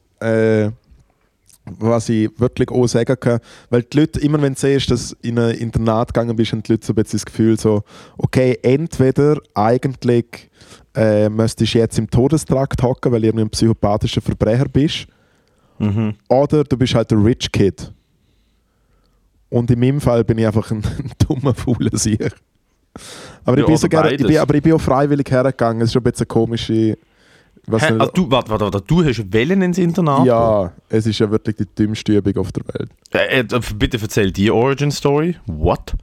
was ich wirklich auch sagen kann, weil die Leute, immer wenn du siehst, dass du in ein Internat gegangen bist, haben die Leute so ein bisschen das Gefühl so, okay, entweder eigentlich müsstest du jetzt im Todestrakt hocken, weil du irgendwie ein psychopathischer Verbrecher bist, oder du bist halt der Rich Kid. Und in meinem Fall bin ich einfach ein dummer, fauler Sieg. Aber Ja, ich bin so oder gerne, ich bin auch freiwillig hergegangen. Es ist schon ein bisschen komische. Also du hast Wellen ins Internat? Ja, es ist ja wirklich die dümmste Übung auf der Welt. Bitte erzähl die Origin Story. What?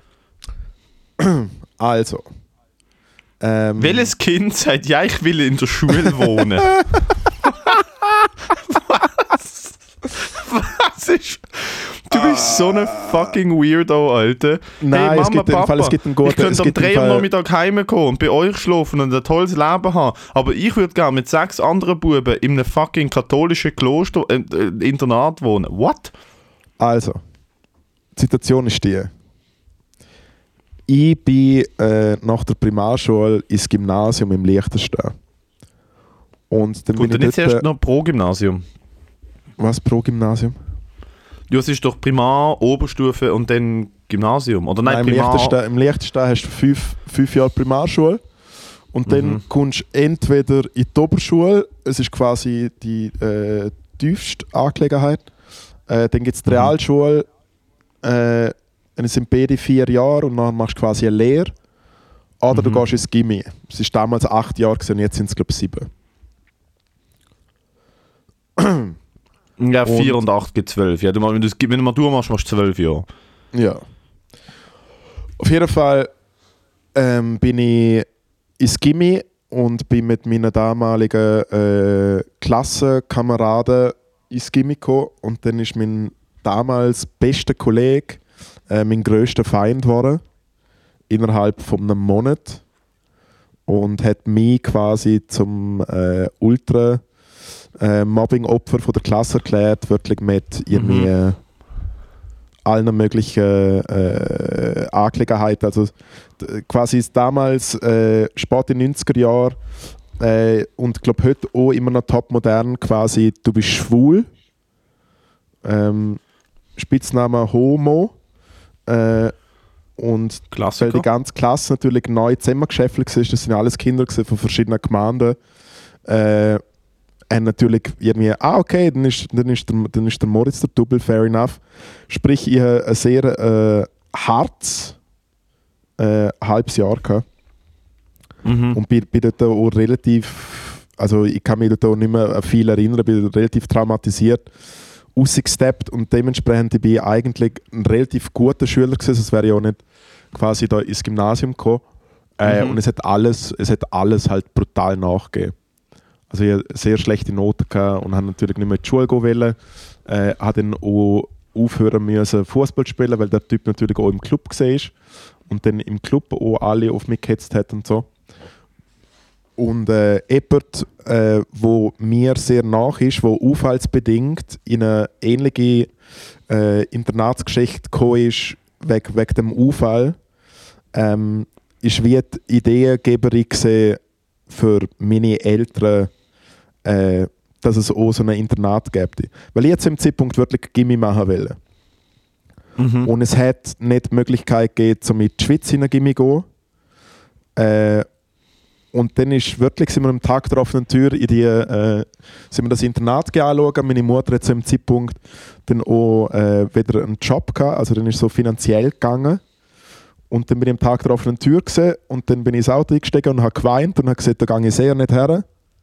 Also. Welches Kind sagt, ja, ich will in der Schule wohnen? Was ist... Du bist so ein fucking Weirdo, Alter. Nein, hey, es gibt Papa, einen guten... ich könnte um 3 Uhr Nachmittag heimkommen und bei euch schlafen und ein tolles Leben haben. Aber ich würde gerne mit 6 anderen Buben in einem fucking katholischen Kloster, Internat wohnen. What? Also, die Situation ist die. Ich bin nach der Primarschule ins Gymnasium im Liechtenstein. Und dann Gut, bin dann ich jetzt erst noch pro Gymnasium. Was pro Gymnasium? Ja, es ist doch Primar, Oberstufe und dann Gymnasium. Oder nein, Nein, Primar... im Liechtenstein hast du 5 Jahre Primarschule. Und dann kommst du entweder in die Oberschule, es ist quasi die tiefste Angelegenheit. Dann gibt es die Realschule, dann sind beide 4 Jahre und dann machst du quasi eine Lehre. Oder du gehst ins Gymi. Es war damals 8 Jahre und jetzt sind es, glaube ich, 7. Ja, 4 und 8 gibt 12. Ja, wenn du Matur machst, machst du 12 Jahre. Ja. Auf jeden Fall bin ich ins Gymi und bin mit meinen damaligen Klassenkameraden ins Gymi gekommen. Und dann ist mein damals bester Kollege mein grösster Feind geworden. Innerhalb von einem Monat. Und hat mich quasi zum Mobbing-Opfer von der Klasse erklärt, wirklich mit irgendwie allen möglichen Angelegenheiten. Also quasi ist damals spät in den 90er Jahren und ich glaube heute auch immer noch topmodern quasi, du bist schwul, Spitzname Homo und weil die ganze Klasse natürlich neu zusammengeschäffelt war, das sind alles Kinder von verschiedenen Gemeinden, natürlich irgendwie, okay, dann ist der Moritz der Double, fair enough. Sprich, ich hatte ein sehr hartes halbes Jahr gehabt. Und bin dort auch relativ, also ich kann mich dort auch nicht mehr an viel erinnern, bin relativ traumatisiert rausgesteppt und dementsprechend bin ich eigentlich ein relativ guter Schüler gewesen, sonst wäre ich auch nicht quasi da ins Gymnasium gekommen. Und es hat alles halt brutal nachgegeben. Also ich hatte sehr schlechte Noten und habe natürlich nicht mehr in die Schule gehen wollen. Habe dann auch aufhören müssen Fußball spielen, weil der Typ natürlich auch im Club war und dann im Club auch alle auf mich gehetzt hat und so. Und jemand, wo mir sehr nach ist, wo aufhaltsbedingt in eine ähnliche Internatsgeschichte gekommen ist, wegen dem Unfall, ist wie die Ideengeberin gewesen für meine Eltern, dass es auch so ein Internat gibt. Weil ich jetzt im Zeitpunkt wirklich Gymi machen wollte. Und es hat nicht die Möglichkeit gegeben, um in die Schweiz in ein Gymi zu gehen. Und dann ist wirklich, sind wir am Tag der offenen Tür sind wir das Internat anschauen. Meine Mutter hat zu dem Zeitpunkt dann auch wieder einen Job gehabt, also dann ist es so finanziell gegangen. Und dann bin ich am Tag der offenen Tür gesehen und dann bin ich ins Auto eingestiegen und habe geweint und habe gesagt, da gehe ich sehr nicht her.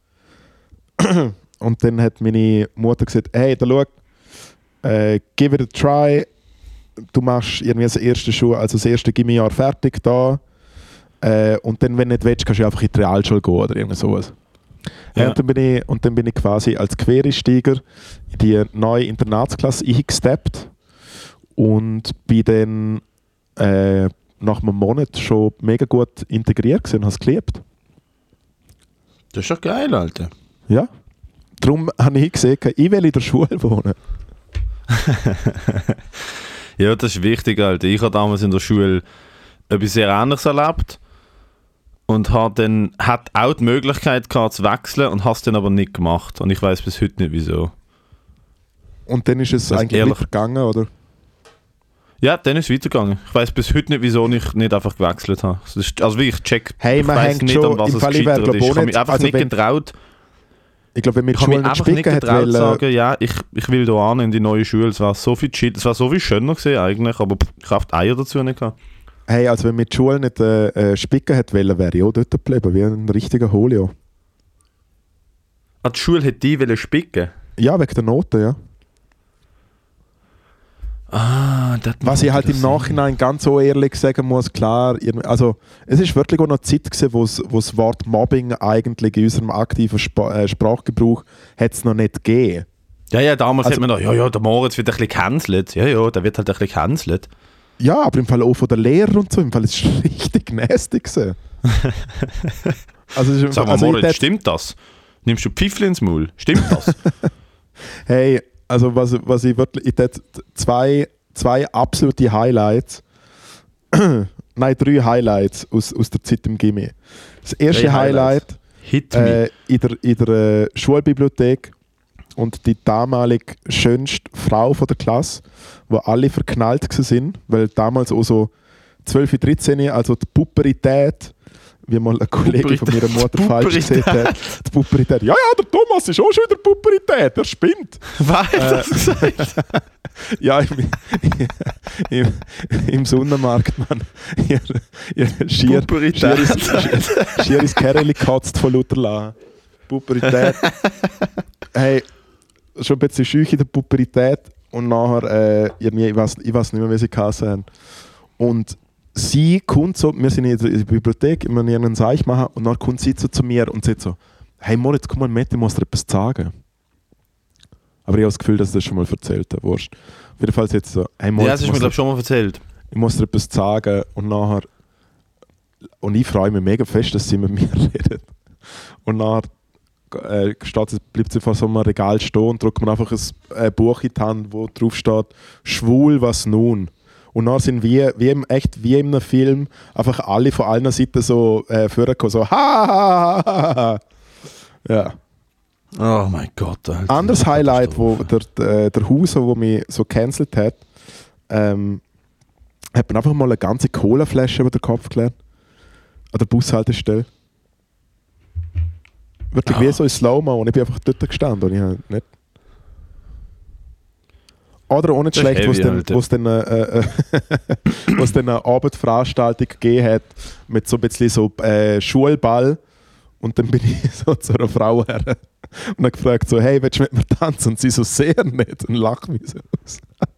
Und dann hat meine Mutter gesagt, hey, da schau, give it a try. Du machst irgendwie das erste Gymnasium fertig da. Und dann, wenn du nicht willst, kannst du einfach in die Realschule gehen oder irgend sowas. Ja. Und dann bin ich quasi als Quereinsteiger in die neue Internatsklasse eingesteppt und bin dann nach einem Monat schon mega gut integriert und habe es geliebt. Das ist doch geil, Alter. Ja. Darum habe ich gesehen, ich will in der Schule wohnen. Ja, das ist wichtig, Alter. Ich habe damals in der Schule etwas sehr Ähnliches erlebt und hat auch die Möglichkeit gehabt zu wechseln und habe es dann aber nicht gemacht. Und ich weiß bis heute nicht, wieso. Und dann ist es das eigentlich weitergegangen, oder? Ja, dann ist es weitergegangen. Ich weiß bis heute nicht, wieso ich nicht einfach gewechselt habe. Also wie ich check, hey, ich weiß nicht, an was es gescheitert ist. Ich habe mich einfach nicht getraut. Ich glaube, wenn wir die Schule nicht spicken hätten wollen... sagen, ja, ich will hier an in die neue Schule. Es war so viel Shit, es war so viel schöner gewesen eigentlich, aber ich habe die Eier dazu nicht gehabt. Hey, also wenn wir die Schule nicht spicken hätten wollen, wäre ich auch dort geblieben, wie ein richtiger Holio. Die Schule hätte die spicken? Ja, wegen der Noten, ja. Was ich halt im Nachhinein ganz so ehrlich sagen muss, klar, also es ist wirklich auch noch Zeit gewesen, wo das Wort Mobbing eigentlich in unserem aktiven Sprachgebrauch hat es noch nicht gegeben. Ja, damals Also- hat man da, der Moritz wird ein bisschen gecancelt. Ja, der wird halt ein bisschen gecancelt. Ja, aber im Fall auch von der Lehrer und so, im Fall ist es richtig nasty gewesen. Also, es ist im Sag Fall- mal, also ich Moritz, tät- stimmt das? Nimmst du Pfeifchen ins Maul? Stimmt das? Hey, also was ich wirklich, ich tät zwei absolute Highlights, nein, 3 Highlights aus der Zeit im Gimmi. Das erste 3 Highlight Hit me. in der Schulbibliothek und die damalig schönste Frau von der Klasse, wo alle verknallt waren, weil damals auch so 12, 13, also die Puberität, wie mal ein Kollege von meiner Mutter falsch gesehen hat. Die Puberität. Ja, der Thomas ist auch schon in der Puberität, der spinnt. Was hat das gesagt? Ja, im Sonnenmarkt, Mann. Schier ist Kerli gekatzt von lauter Lachen. Puberität. Hey, schon ein bisschen schüch in der Puberität und nachher, irgendwie, ich weiß nicht mehr, wie sie geheißen haben. Und sie kommt so, wir sind in der Bibliothek, wir müssen einen Seich machen und dann kommt sie so zu mir und sagt so, hey Moritz, komm mal mit, ich muss dir etwas sagen. Aber ich habe das Gefühl, dass ich das schon mal erzählt habe. Wurscht. Auf jeden Fall jetzt so, hey Moritz, Ja, das hast du mir, glaube ich, schon mal erzählt. ich muss dir etwas sagen und nachher und ich freue mich mega fest, dass sie mit mir redet. Und nachher bleibt sie vor so einem Regal stehen und drückt mir einfach ein Buch in die Hand, wo drauf steht «Schwul, was nun?» Und dann sind wie in einem Film einfach alle von allen Seiten so vorgekommen, so «Ha, ha, ha, ha». Ja. Oh mein Gott, Alter. Anderes Highlight, wo der Hauser, der mich so gecancelt hat, hat mir einfach mal eine ganze Colaflasche über den Kopf gelegt. An der Bushaltestelle. Wirklich wie so in Slow-Mo und ich bin einfach dort gestanden und ich habe nicht... Oder auch nicht Das ist schlecht, heavy, wo es dann eine Abendveranstaltung gegeben hat mit so ein bisschen so Schulball und dann bin ich so zu einer Frau her und habe gefragt so, hey, willst du mit mir tanzen? Und sie so, sehr nicht und lacht mich so aus.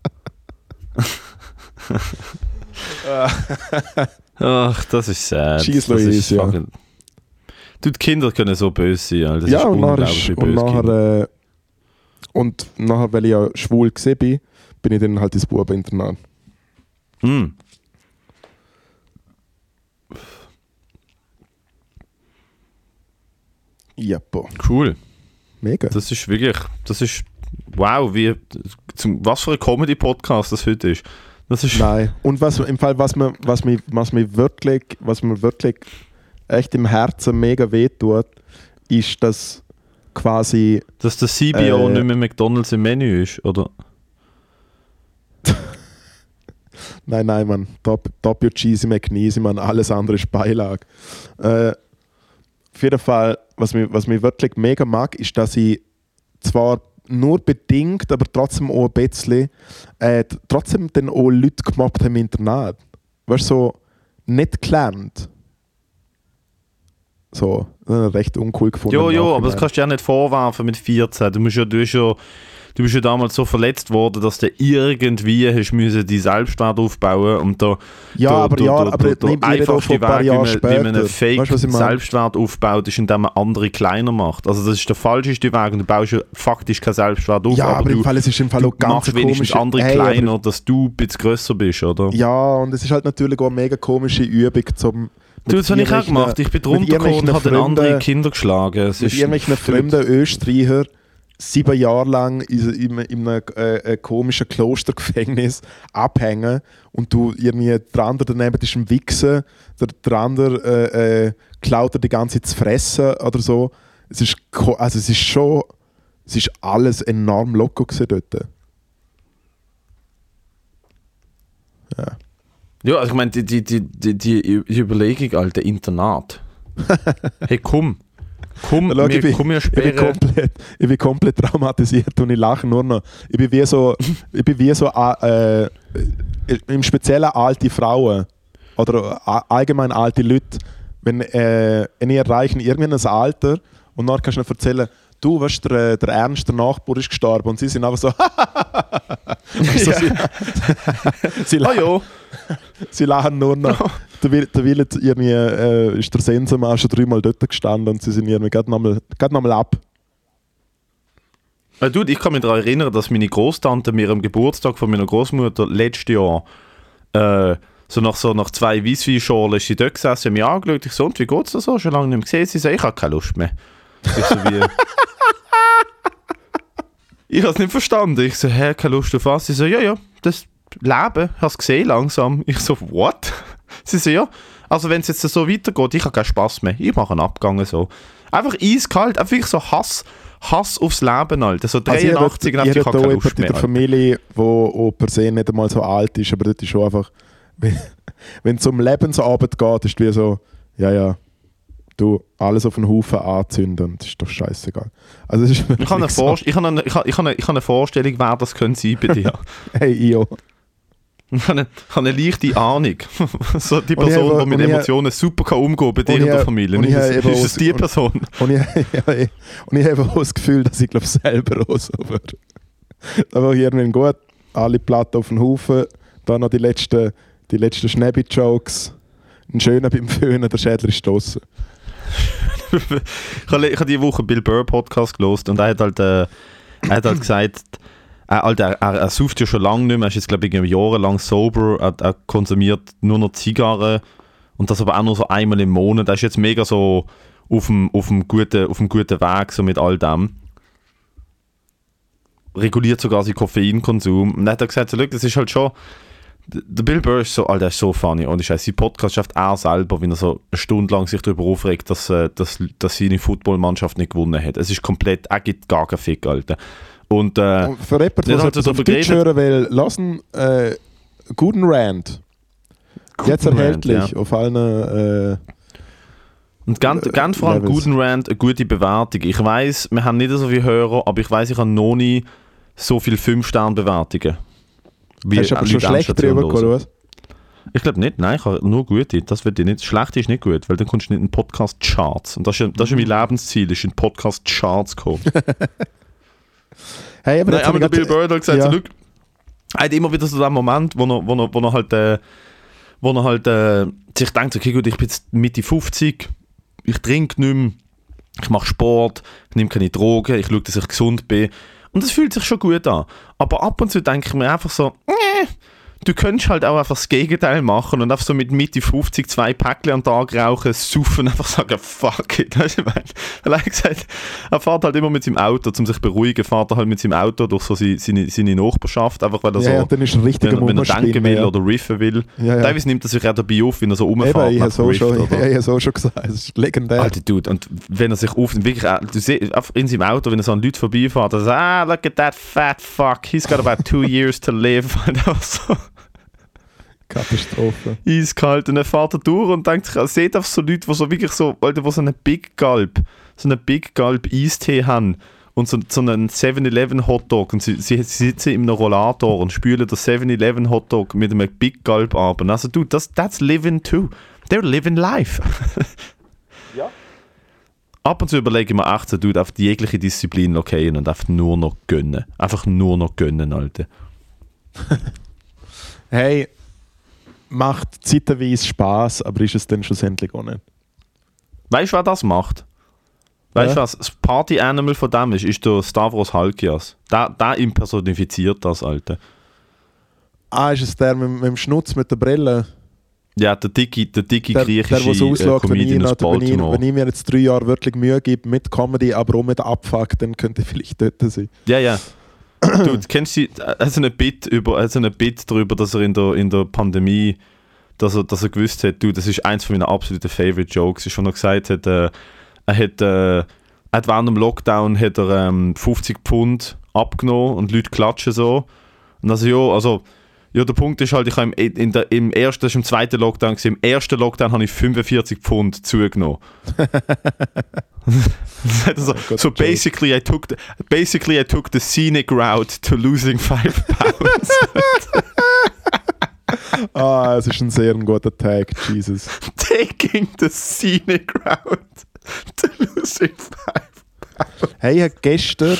Ach, das ist sad. Cheese Das ist Louise, ja. fucking- Du, die Kinder können so böse sein, Alter. Das Ja, ist und unglaublich, wie böse Kinder. nachher, weil ich ja schwul gesehen bin ich dann halt ins Bubeninternat. Mm. Ja, boah. Cool. Mega. Das ist wirklich, wow, was für ein Comedy-Podcast das heute ist. Das ist Nein. Und was mir wirklich echt im Herzen mega wehtut, ist, dass quasi dass der CBO nicht mehr McDonalds im Menü ist, oder? Nein, Mann. Doppio Cheesy McNeesy, Mann. Alles andere ist Beilage. Auf jeden Fall, was mich wirklich mega mag, ist, dass ich zwar nur bedingt, aber trotzdem auch ein bisschen, trotzdem dann auch Leute gemobbt haben im Internat. Weißt du, so nicht gelernt. So, recht uncool gefunden. Jo, aber das kannst du ja nicht vorwerfen mit 14. Du bist ja damals so verletzt worden, dass du irgendwie hast müssen die Selbstwert aufbauen und da aber der nimm einfachste ein paar Weg, Jahre wie später. man einen Fake Weißt du, was ich meine? Selbstwert aufbaut, ist, indem man andere kleiner macht. Also das ist der falscheste Weg und du baust ja faktisch keinen Selbstwert auf, Ja, aber im du, Fall, es ist im Fall du auch ganz machst wenigstens komisch. andere Hey, kleiner, dass du ein bisschen grösser bist, oder? Ja, und es ist halt natürlich auch eine mega komische Übung zum... Du, das habe ich auch gemacht. Ich bin drunter gekommen und habe andere Kinder geschlagen. Es Mit ist irgendwelchen fremden Österreicher 7 Jahre lang in einem komischen Klostergefängnis abhängen und du irgendwie, der andere daneben ist ein Wichsen, der andere klaut dir die ganze Zeit zu fressen oder so. Es ist alles enorm locker gewesen dort. Ja. Ja, also ich meine, die Überlegung, Alter, Internat. Hey, komm, Schau, ich bin sperren. komplett traumatisiert und ich lache nur noch. Ich bin wie so im Speziellen alte Frauen oder allgemein alte Leute, wenn die erreichen irgendein Alter und dann kannst du ihnen erzählen, du, weißt, der Ernst, der Nachbar, ist gestorben und sie sind einfach so also, sie lachen nur noch. Der Wille irgendwie ist der Sensenmann schon 3-mal dort gestanden und sie sind irgendwie gerade nochmal ab. Dude, ich kann mich daran erinnern, dass meine Großtante mir am Geburtstag von meiner Großmutter letztes Jahr so nach 2 Weissweinschorlen ist sie dort gesessen, mich angeschaut, ich so, und wie geht's da so? Schon lange nicht mehr gesehen. Sie so, ich habe keine Lust mehr. Ich so wie... ich habe es nicht verstanden. Ich so, hä, keine Lust auf was? Sie so, ja, das Leben, hast du gesehen langsam. Ich so, what? Sie so, ja, also wenn es jetzt so weitergeht, ich habe keinen Spass mehr. Ich mache einen Abgang so. Einfach eiskalt, einfach so Hass aufs Leben, Alter. So 83 also ich habe keine Lust mehr. In der Familie, wo per se nicht einmal so alt ist, aber das ist schon einfach, wenn es um Lebensabend geht, ist es wie so, ja, du alles auf den Haufen anzünden, das ist doch scheißegal. Also, ich habe eine Vorstellung, wer das könnte sein bei dir. Hey, Io. Ich habe eine leichte Ahnung. So die Person, die mit Emotionen super umgehen kann bei dir in der Familie. Ist es die Person? Und ich habe auch das Gefühl, dass ich glaube selber auch so würde. Aber irgendwie gut, alle Platten auf den Haufen, dann noch die letzten Schnäbi-Jokes, ein schöner beim Föhnen, der Schädel ist draussen. Ich habe diese Woche Bill Burr Podcast gehört und er hat halt gesagt, er sauft ja schon lange nicht mehr, er ist jetzt glaube ich jahrelang sober, er konsumiert nur noch Zigarren und das aber auch nur so einmal im Monat. Er ist jetzt mega so auf dem guten Weg so mit all dem. Reguliert sogar seinen Koffeinkonsum. Und dann hat er gesagt, so, das ist halt schon... Der Bill Burr ist so, Alter, ist so funny. Und sein Podcast schafft er selber, wenn er so eine Stunde lang sich darüber aufregt, dass seine Footballmannschaft nicht gewonnen hat. Es ist komplett, er gibt gar keinen Fick, Alter. Und für jemanden, der das auf Deutsch hören will, lassen guten Rant. Jetzt erhältlich Rant, ja. Auf allen und ganz vor allem guten Rant, eine gute Bewertung. Ich weiss, wir haben nicht so viele Hörer, aber ich weiss, ich habe noch nie so viele 5-Sterne-Bewertungen. Hast du aber schon schlecht drüber gekommen, oder was? Ich glaube nicht, nein, ich habe nur gute. Das wird nicht. Schlecht ist nicht gut, weil dann kommst du nicht in Podcast-Charts. Und das ist mein Lebensziel, ist in Podcast-Charts kommen. Hey, aber der Bill Burr hat gesagt, ja. So, er hat immer wieder so den Moment, wo er halt sich denkt, okay gut, ich bin jetzt Mitte 50, ich trinke nicht mehr, ich mache Sport, ich nehme keine Drogen, ich schaue, dass ich gesund bin. Und das fühlt sich schon gut an. Aber ab und zu denke ich mir einfach so, du könntest halt auch einfach das Gegenteil machen und einfach so mit Mitte 50 2 Päckchen am Tag rauchen, saufen und einfach sagen, fuck it. Weißt du, ich meine, er hat gesagt, er fährt halt immer mit seinem Auto, um sich zu beruhigen, fährt er halt mit seinem Auto durch so seine Nachbarschaft, einfach weil er ja, dann ist er wenn er denken will oder riffen will. Ja. Teilweise nimmt er sich auch dabei auf, wenn er so rumfährt. Ich habe es auch schon gesagt, es ist legendär. Alter Dude, und wenn er sich wirklich, du siehst in seinem Auto, wenn er so an Leute vorbeifährt, er sagt, look at that fat fuck, he's got about 2 years to live. Und auch so. Katastrophe. Eiskalt. Und dann fährt er durch und denkt sich, er sieht auf so Leute, die so wirklich so, Alter, die so einen Big Gulp Eistee haben und so einen 7-Eleven Hotdog und sie sitzen in einem Rollator und spülen den 7-Eleven Hotdog mit einem Big Gulp ab. Und also, dude, that's living too. They're living life. Ja. Ab und zu überlege ich mir echt so, dude, auf jegliche Disziplin lokieren und einfach nur noch gönnen. Einfach nur noch gönnen, Alter. Hey, macht zeitweise Spass, aber ist es dann schlussendlich auch nicht. Weißt du, wer das macht? Weißt du, was das Party-Animal von dem ist der Stavros Halkias. Der impersonifiziert das, Alter. Ist es der mit dem Schnutz, mit der Brille? Ja, der dicke griechische so aussagt, Comedian aus Baltimore. Wenn ich mir jetzt 3 Jahre wirklich Mühe gebe mit Comedy, aber auch mit Abfuck, dann könnte ich vielleicht dort sein. Ja. Du kennst du also ein Bit darüber, dass er in der Pandemie, dass er gewusst hat, du, das ist eins von meinen absoluten Favorite Jokes, ist, wenn er gesagt hat, er hat während dem Lockdown hat er 50 Pfund abgenommen und Leute klatschen so. Und also der Punkt ist halt, ich habe das ist im zweiten Lockdown gewesen, im ersten Lockdown habe ich 45 Pfund zugenommen. So basically I took the scenic route to losing 5 pounds. Es ist ein sehr guter Tag, Jesus. Taking the scenic route to losing 5 pounds. Hey, ich habe gestern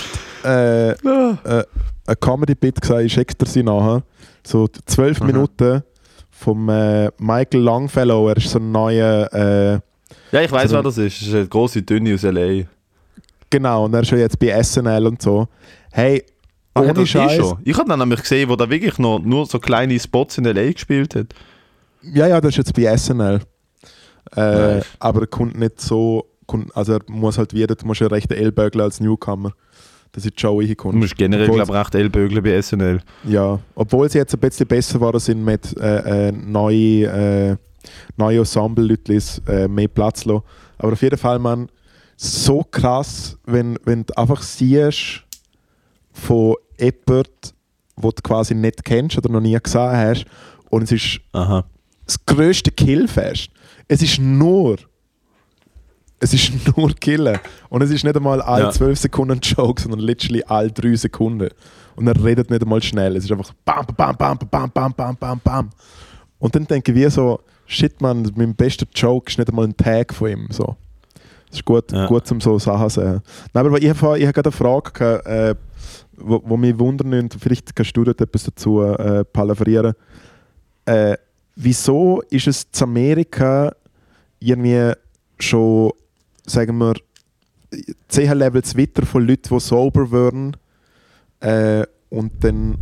ein Comedy-Bit gesagt, ich schicke dir sie nachher. So 12 Minuten vom Michael Longfellow, er ist so ein neuer... ja, ich weiss, wer das ist. Das ist eine grosse Dünne aus L.A. Genau, und er ist schon jetzt bei SNL und so. Hey, Hat ohne das Scheiß. schon? Ich habe dann nämlich gesehen, wo der wirklich noch nur so kleine Spots in L.A. gespielt hat. Ja, das ist jetzt bei SNL. Nice. Aber er kommt nicht so... Also er muss halt wieder... Du musst ja recht Ellbögeln als Newcomer, dass ich die Show Du reinkomme. musst generell, glaube ich, recht Ellbögeln bei SNL. Ja, obwohl sie jetzt ein bisschen besser geworden sind mit neue Ensemble-Leuten mehr Platz lassen. Aber auf jeden Fall, man, so krass, wenn du einfach siehst von jemandem, den du quasi nicht kennst oder noch nie gesehen hast, und es ist Aha. das grösste Killfest. Es ist nur Killen. Und es ist nicht einmal alle 12 Sekunden ein Joke, sondern literally alle 3 Sekunden. Und er redet nicht einmal schnell. Es ist einfach so bam, bam, bam, bam, bam, bam, bam, bam. Und dann denke ich so, shit man, mein bester Joke ist nicht einmal ein Tag von ihm. So. Das ist gut, um so Sachen zu sehen. Nein, aber ich habe gerade eine Frage gehabt, wo mich wundern nimmt, vielleicht kannst du dort etwas dazu palavrieren. Wieso ist es in Amerika irgendwie schon, sagen wir, 10 Levels weiter von Leuten, die sober werden und dann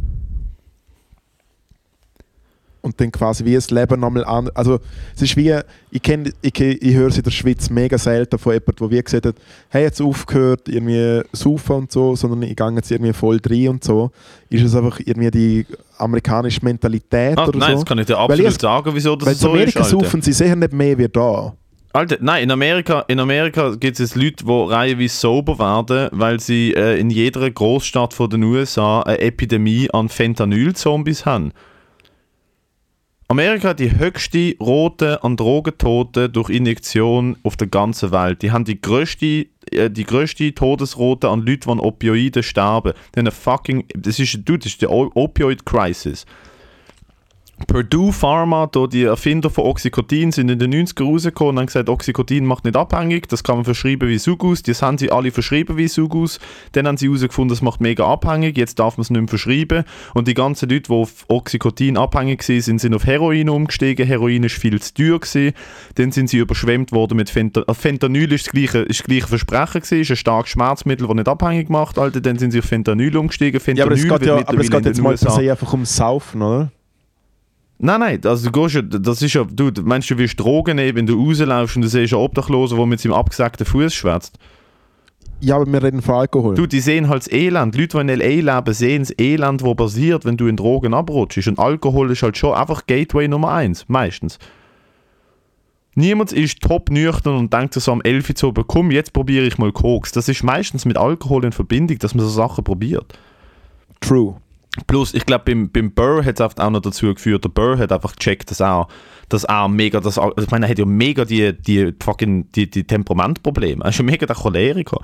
quasi wie das Leben nochmal an. Also es ist wie, ich höre es in der Schweiz mega selten von jemandem, der wie gesagt hat, hey, jetzt aufgehört, irgendwie saufen und so, sondern ich gehe jetzt irgendwie voll rein und so. Ist es einfach irgendwie die amerikanische Mentalität oder nein, so? das kann ich dir absolut sagen, wieso das so ist. Weil in Amerika saufen sie sicher nicht mehr wie da. Alter, nein, in Amerika gibt es Leute, die reihenweise sober werden, weil sie in jeder Großstadt den USA eine Epidemie an Fentanyl-Zombies haben. Amerika hat die höchste Rate an Drogentoten durch Injektion auf der ganzen Welt. Die haben die grösste Todesrate an Leuten, die an Opioiden sterben. Das ist die Opioid-Crisis. Purdue Pharma, die Erfinder von Oxycontin, sind in den 90er rausgekommen und haben gesagt, Oxycontin macht nicht abhängig, das kann man verschreiben wie Sugus. Das haben sie alle verschrieben wie Sugus. Dann haben sie herausgefunden, das macht mega abhängig, jetzt darf man es nicht mehr verschreiben. Und die ganzen Leute, die auf Oxycontin abhängig waren, sind auf Heroin umgestiegen. Heroin war viel zu teuer gewesen. Dann sind sie überschwemmt worden mit Fentanyl. Fentanyl ist das gleiche Versprechen gewesen, ist ein starkes Schmerzmittel, das nicht abhängig macht. Alter. Dann sind sie auf Fentanyl umgestiegen. Fentanyl aber es geht jetzt mal per se einfach ums Saufen, oder? Nein, also du meinst, du wirst Drogen nehmen, wenn du rauslaufst und du siehst einen Obdachlosen, der mit seinem abgesägten Fuß schwätzt. Ja, aber wir reden von Alkohol. Die sehen halt das Elend. Leute, die in L.A. leben, sehen das Elend, das passiert, wenn du in Drogen abrutschst. Und Alkohol ist halt schon einfach Gateway Nummer 1, meistens. Niemand ist top nüchtern und denkt so am 11 Uhr so, komm, jetzt probiere ich mal Koks. Das ist meistens mit Alkohol in Verbindung, dass man so Sachen probiert. True. Plus, ich glaube, beim Burr hat es auch noch dazu geführt, der Burr hat einfach gecheckt, dass er mega, ich meine, er hat ja mega die Temperamentprobleme. Er ist ja mega der Choleriker.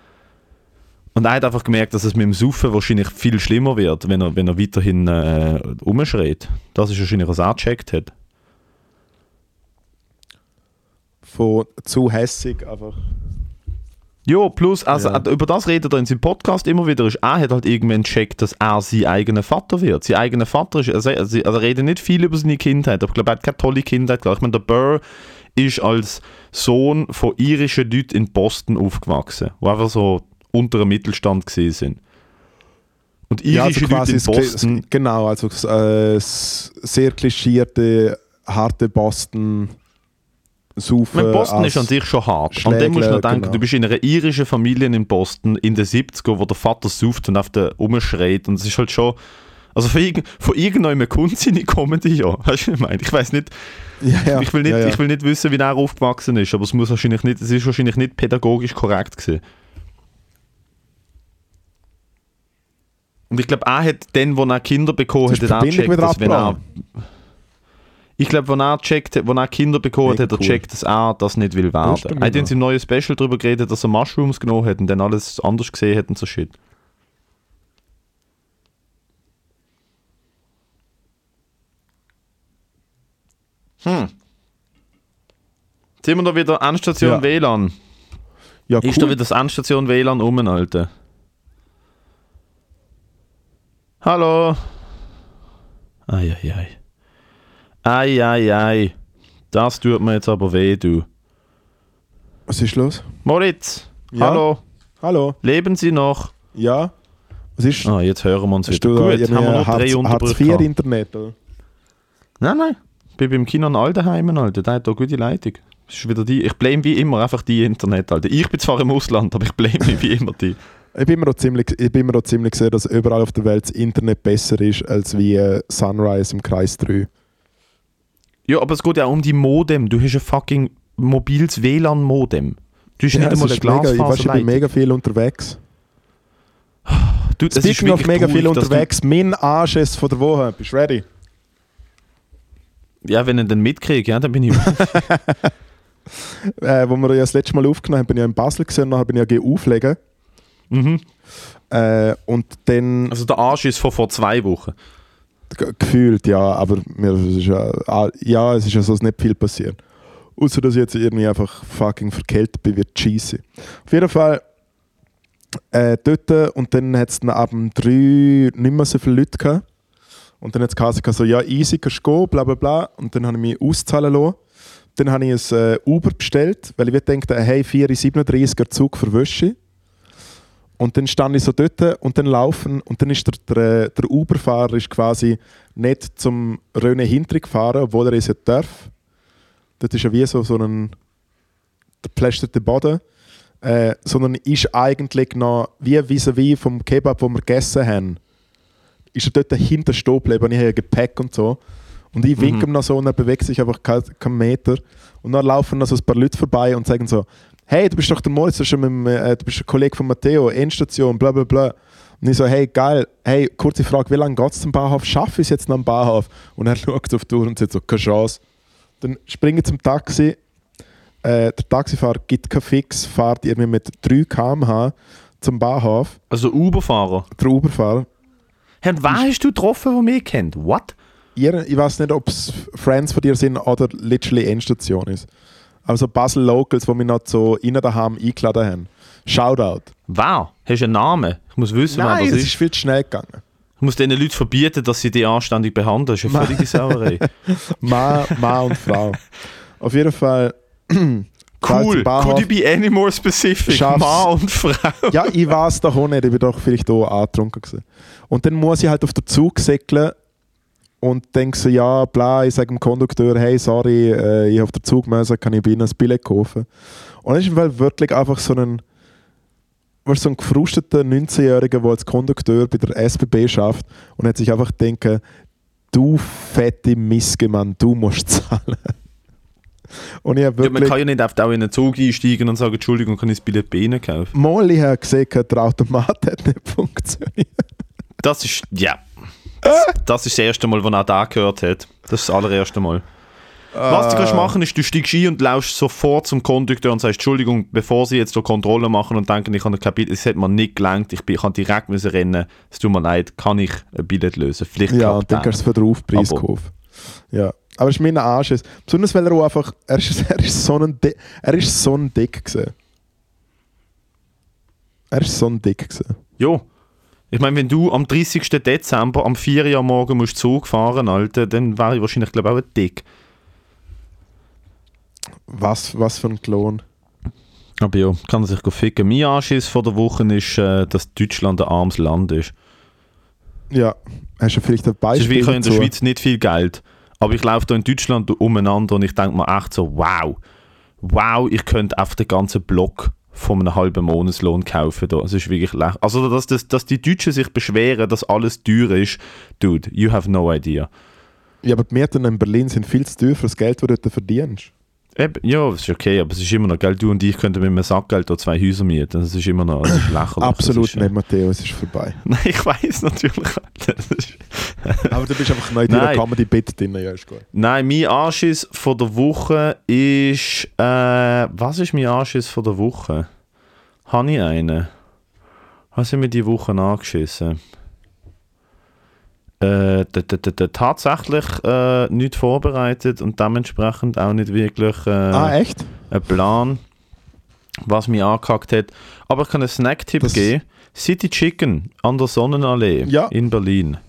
Und er hat einfach gemerkt, dass es mit dem Saufen wahrscheinlich viel schlimmer wird, wenn er weiterhin rumschreit. Das ist wahrscheinlich, was er gecheckt hat. Von zu hässig einfach. Ja, plus, also über das redet er in seinem Podcast immer wieder, er hat halt irgendwann gecheckt, dass er sein eigener Vater wird. Sein eigener Vater ist, also er redet nicht viel über seine Kindheit, aber ich glaube, er hat keine tolle Kindheit. Ich meine, der Burr ist als Sohn von irischen Leuten in Boston aufgewachsen, die einfach so unter dem Mittelstand gesehen sind. Und irische Leute in Boston... Genau, also sehr klischierte, harte Boston... Saufen. Boston ist an sich schon hart. Schlägler, und dann musst du noch denken, genau. Du bist in einer irischen Familie in Boston in den 70er, wo der Vater sauft und auf den rumschreit. Und es ist halt schon... Also von irgendeinem kommt seine Comedy, ja. Weißt du, was ich meine? Ich weiß nicht... Ja. Ich will nicht wissen, wie er aufgewachsen ist, aber es ist wahrscheinlich nicht pädagogisch korrekt gewesen. Und ich glaube, er hat dann, wo er Kinder bekommen hat, auch gecheckt, dass wenn er... Ich glaube, als er Kinder bekommen hat, hat er gecheckt, dass er das nicht will werden. Er hat in seinem neuen Special darüber geredet, dass er Mushrooms genommen hat und dann alles anders gesehen hat und so shit. Sind wir da wieder Endstation WLAN? Ja, cool. Ist da wieder das Endstation WLAN Alter? Hallo? Eieiei. Eieiei. Das tut mir jetzt aber weh, du. Was ist los? Moritz, Ja? hallo. Hallo? Leben Sie noch? Ja? Was ist? Jetzt hören wir uns Hast wieder. du Gut, haben wir noch 3 Unterbrüche gehabt. Internet, oder? Nein. Ich bin beim Kino in Aldenheim, Alter. Der hat da gute Leitung. Das ist wieder die. Ich blame wie immer einfach die Internet, Alter. Ich bin zwar im Ausland, aber ich blame mich wie immer die. Ich bin mir auch ziemlich sicher, dass überall auf der Welt das Internet besser ist als wie Sunrise im Kreis 3. Ja, aber es geht ja auch um die Modem. Du hast ein fucking mobiles WLAN-Modem. Du hast nicht einmal eine Glasfaserleitung. Ich bin mega viel unterwegs. Du, das Speaking of mega viel traurig, unterwegs, mein Anschiss von der Woche. Bist du ready? Ja, wenn ich den mitkriege, ja, dann bin ich... Wo wir ja das letzte Mal aufgenommen haben, bin ich ja in Basel gesehen und nachher bin ich ja auflegen. Mhm. Und dann... Also der Arsch ist von vor 2 Wochen. Gefühlt, ja, aber es ist ja so nicht viel passiert. Außer dass ich jetzt irgendwie einfach fucking verkältet bin, wird scheisse. Auf jeden Fall dort und dann hat es ab dem 3 nicht mehr so viele Leute gehabt. Und dann hat es gesagt, so, ja, easy, kannst du gehen, bla bla bla. Und dann habe ich mich auszahlen lassen. Dann habe ich ein Uber bestellt, weil ich dachte, hey, 4,37 Zug für Wäsche. Und dann stand ich so dort und dann laufen und dann ist der Uber-Fahrer ist quasi nicht zum Röne hinten gefahren, obwohl er es ja darf. Das ist ja wie so ein gepflasterte Boden. Sondern ist eigentlich noch wie vis-à-vis vom Kebab, den wir gegessen haben. Ist er dort hinten stehen geblieben und ich habe ja Gepäck und so. Und ich winke ihm noch so und er bewegt sich einfach keinen Meter. Und dann laufen noch so ein paar Leute vorbei und sagen so, hey, du bist doch der Moritz, du bist ein Kollege von Matteo, Endstation, bla bla bla. Und ich so, hey, geil, hey, kurze Frage, wie lange geht es zum Bahnhof? Schaffe ich es jetzt noch am Bahnhof? Und er schaut auf die Uhr und sagt so, keine Chance. Dann springe ich zum Taxi. Der Taxifahrer gibt keinen Fix, fährt irgendwie mit 3 km/h zum Bahnhof. Also Uberfahrer? Der Uberfahrer. Hey, und wen hast du getroffen, der mich kennt? What? Ich weiß nicht, ob es Friends von dir sind oder literally Endstation ist. Also Basel Locals, die mich noch so in daheim eingeladen haben. Shoutout. Wow, hast du einen Namen? Ich muss wissen, wer Nein, das es ist viel zu schnell gegangen. Ich muss diesen Leuten verbieten, dass sie dich anständig behandeln. Das ist eine völlige Sauerei. Mann und Frau. Auf jeden Fall... Cool. Could you be any more specific? Mann und Frau. Ja, ich weiß doch auch nicht. Ich bin doch vielleicht auch angetrunken gewesen. Und dann muss ich halt auf den Zug säckeln und denke so, ja, bla, ich sage dem Kondukteur, hey, sorry, ich auf den Zug müssen, kann ich bei Ihnen ein Billett kaufen? Und dann ist wirklich einfach so ein gefrusteter 19-Jähriger, der als Kondukteur bei der SBB schafft und hat sich einfach gedacht, du fette Miske, Mann, du musst zahlen. Und ich wirklich, man kann ja nicht einfach auch in einen Zug einsteigen und sagen, Entschuldigung, kann ich das Billett bei Ihnen kaufen? Mal, ich habe gesehen, der Automat hat nicht funktioniert. Das ist, ja. Das ist das erste Mal, was er da gehört hat. Das ist das allererste Mal. Was du kannst machen, ist, du steigst ein und laufst sofort zum Kondukteur und sagst, Entschuldigung, bevor sie jetzt Kontrolle machen und denken, ich habe kein Billett, es hat mir nicht gelangt, ich kann direkt rennen, es tut mir leid, kann ich ein Billett lösen? Vielleicht ja, und dann kannst du es für den Aufpreis kaufen. Ja. Aber es ist mein Arsch. Besonders weil er auch einfach, er ist so ein Dick gewesen. Er ist so ein Dick gewesen. Jo. Ich meine, wenn du am 30. Dezember am 4 Uhr am Morgen musst Zug fahren, Alter, dann wäre ich wahrscheinlich, glaube ich, auch ein Dick. Was für ein Klon. Aber ja, kann er sich ficken. Mein Anschiss vor der Woche ist, dass Deutschland ein armes Land ist. Ja, hast du vielleicht ein Beispiel dazu? In der Schweiz nicht viel Geld. Aber ich laufe da in Deutschland umeinander und ich denke mir echt so, wow, ich könnte auf den ganzen Block von einem halben Monatslohn kaufen. Das ist wirklich lächerlich. Also, dass die Deutschen sich beschweren, dass alles teuer ist, dude, you have no idea. Ja, aber die Mieten in Berlin sind viel zu teuer für das Geld, das du dort verdienst. Eben, ja, das ist okay, aber es ist immer noch, gell, du und ich könnten mit einem Sackgeld 2 Häuser mieten. Das ist immer noch lächerlich. Absolut nicht, Matteo, es ist vorbei. Nein, ich weiss natürlich. Aber du bist einfach neu in der Comedy-Bit drin, ja, ist gut. Nein, mein Anschiss von der Woche ist... was ist mein Anschiss von der Woche? Habe ich einen? Was haben wir die Woche angeschissen? Tatsächlich nicht vorbereitet und dementsprechend auch nicht wirklich echt? ein Plan, was mich angehackt hat. Aber ich kann einen Snack-Tipp geben. City Chicken an der Sonnenallee in Berlin.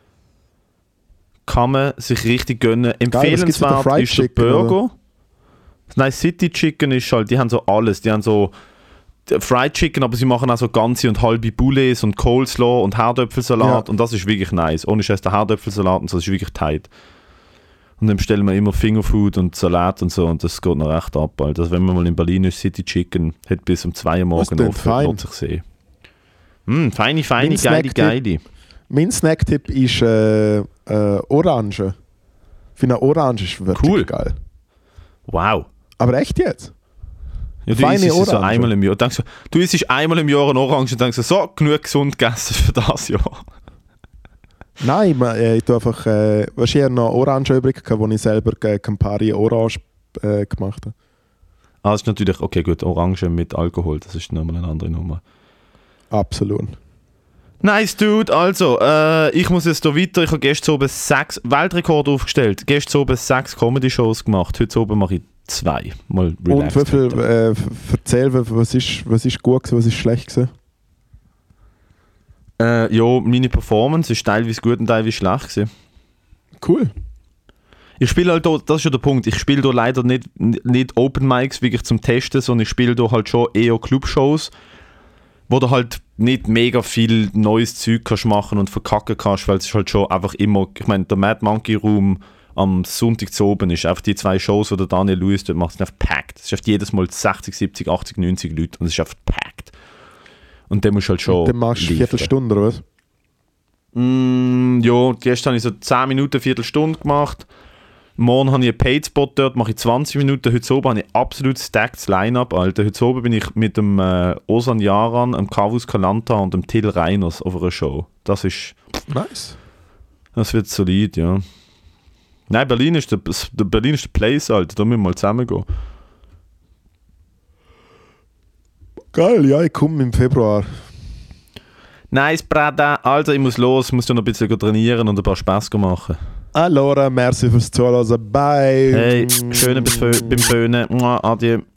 Kann man sich richtig gönnen. Empfehlenswert ist der Burger. Oder? Nein, City Chicken ist halt, die haben so alles. Die haben so Fried Chicken, aber sie machen auch so ganze und halbe Boulets und Coleslaw und Herdöpfelsalat und das ist wirklich nice. Ohne Scheiß, der Herdöpfelsalat und so, das ist wirklich tight. Und dann bestellen wir immer Fingerfood und Salat und so und das geht noch recht ab. Also wenn man mal in Berlin ist, City Chicken hat bis um 2 Uhr morgens offen, lohnt sich sehen. Feine, geile. Mein Snacktipp ist Orange. Ich finde Orange ist wirklich geil. Wow. Aber echt jetzt? Ja, du isst so einmal im Jahr. Du isst einmal im Jahr eine Orange und denkst so, genug gesund gegessen für das Jahr. Nein, ich tue einfach, was ich noch Orange übrig hatte, wo ich selber Campari Orange gemacht habe. Das ist natürlich, okay gut, Orange mit Alkohol, das ist nochmal eine andere Nummer. Absolut. Nice, Dude. Also, ich muss jetzt hier weiter. Ich habe gestern oben 6 Weltrekorde aufgestellt. Gestern oben 6 Comedy-Shows gemacht. Heute oben mache ich 2. Mal relaxed. Und wie viel, erzähl, was ist gut gewesen, was ist schlecht gewesen? Ja, meine Performance ist teilweise gut und teilweise schlecht gewesen. Cool. Ich spiele halt hier, das ist ja der Punkt, ich spiele hier leider nicht Open Mics wirklich zum Testen, sondern ich spiele hier halt schon eher Clubshows, wo du halt nicht mega viel neues Zeug kannst machen und verkacken kannst, weil es ist halt schon einfach immer, ich meine, der Mad Monkey Room am Sonntag zu oben ist einfach die 2 Shows, die der Daniel Lewis dort macht, sind einfach packed. Es ist einfach jedes Mal 60, 70, 80, 90 Leute und es ist einfach packed. Und dann musst du halt schon. Dann machst du eine Viertelstunde, oder was? Ja, gestern habe ich so 10 Minuten, Viertelstunde gemacht. Morgen habe ich einen Paid-Spot dort, mache ich 20 Minuten. Heute oben habe ich absolut stacked Line-Up, Alter. Heute oben bin ich mit dem Osan Yaran, dem Kavus Kalanta und dem Till Reiners auf einer Show. Das ist... Nice. Das wird solid, ja. Nein, Berlin ist der Place, Alter. Da müssen wir mal zusammen gehen. Geil, ja, ich komme im Februar. Nice, Brada. Also, ich muss los, muss ja noch ein bisschen trainieren und ein paar Spaß machen. Allora, merci fürs Zuhören. Bye. Hey, schöne beim Föhnen. Adieu.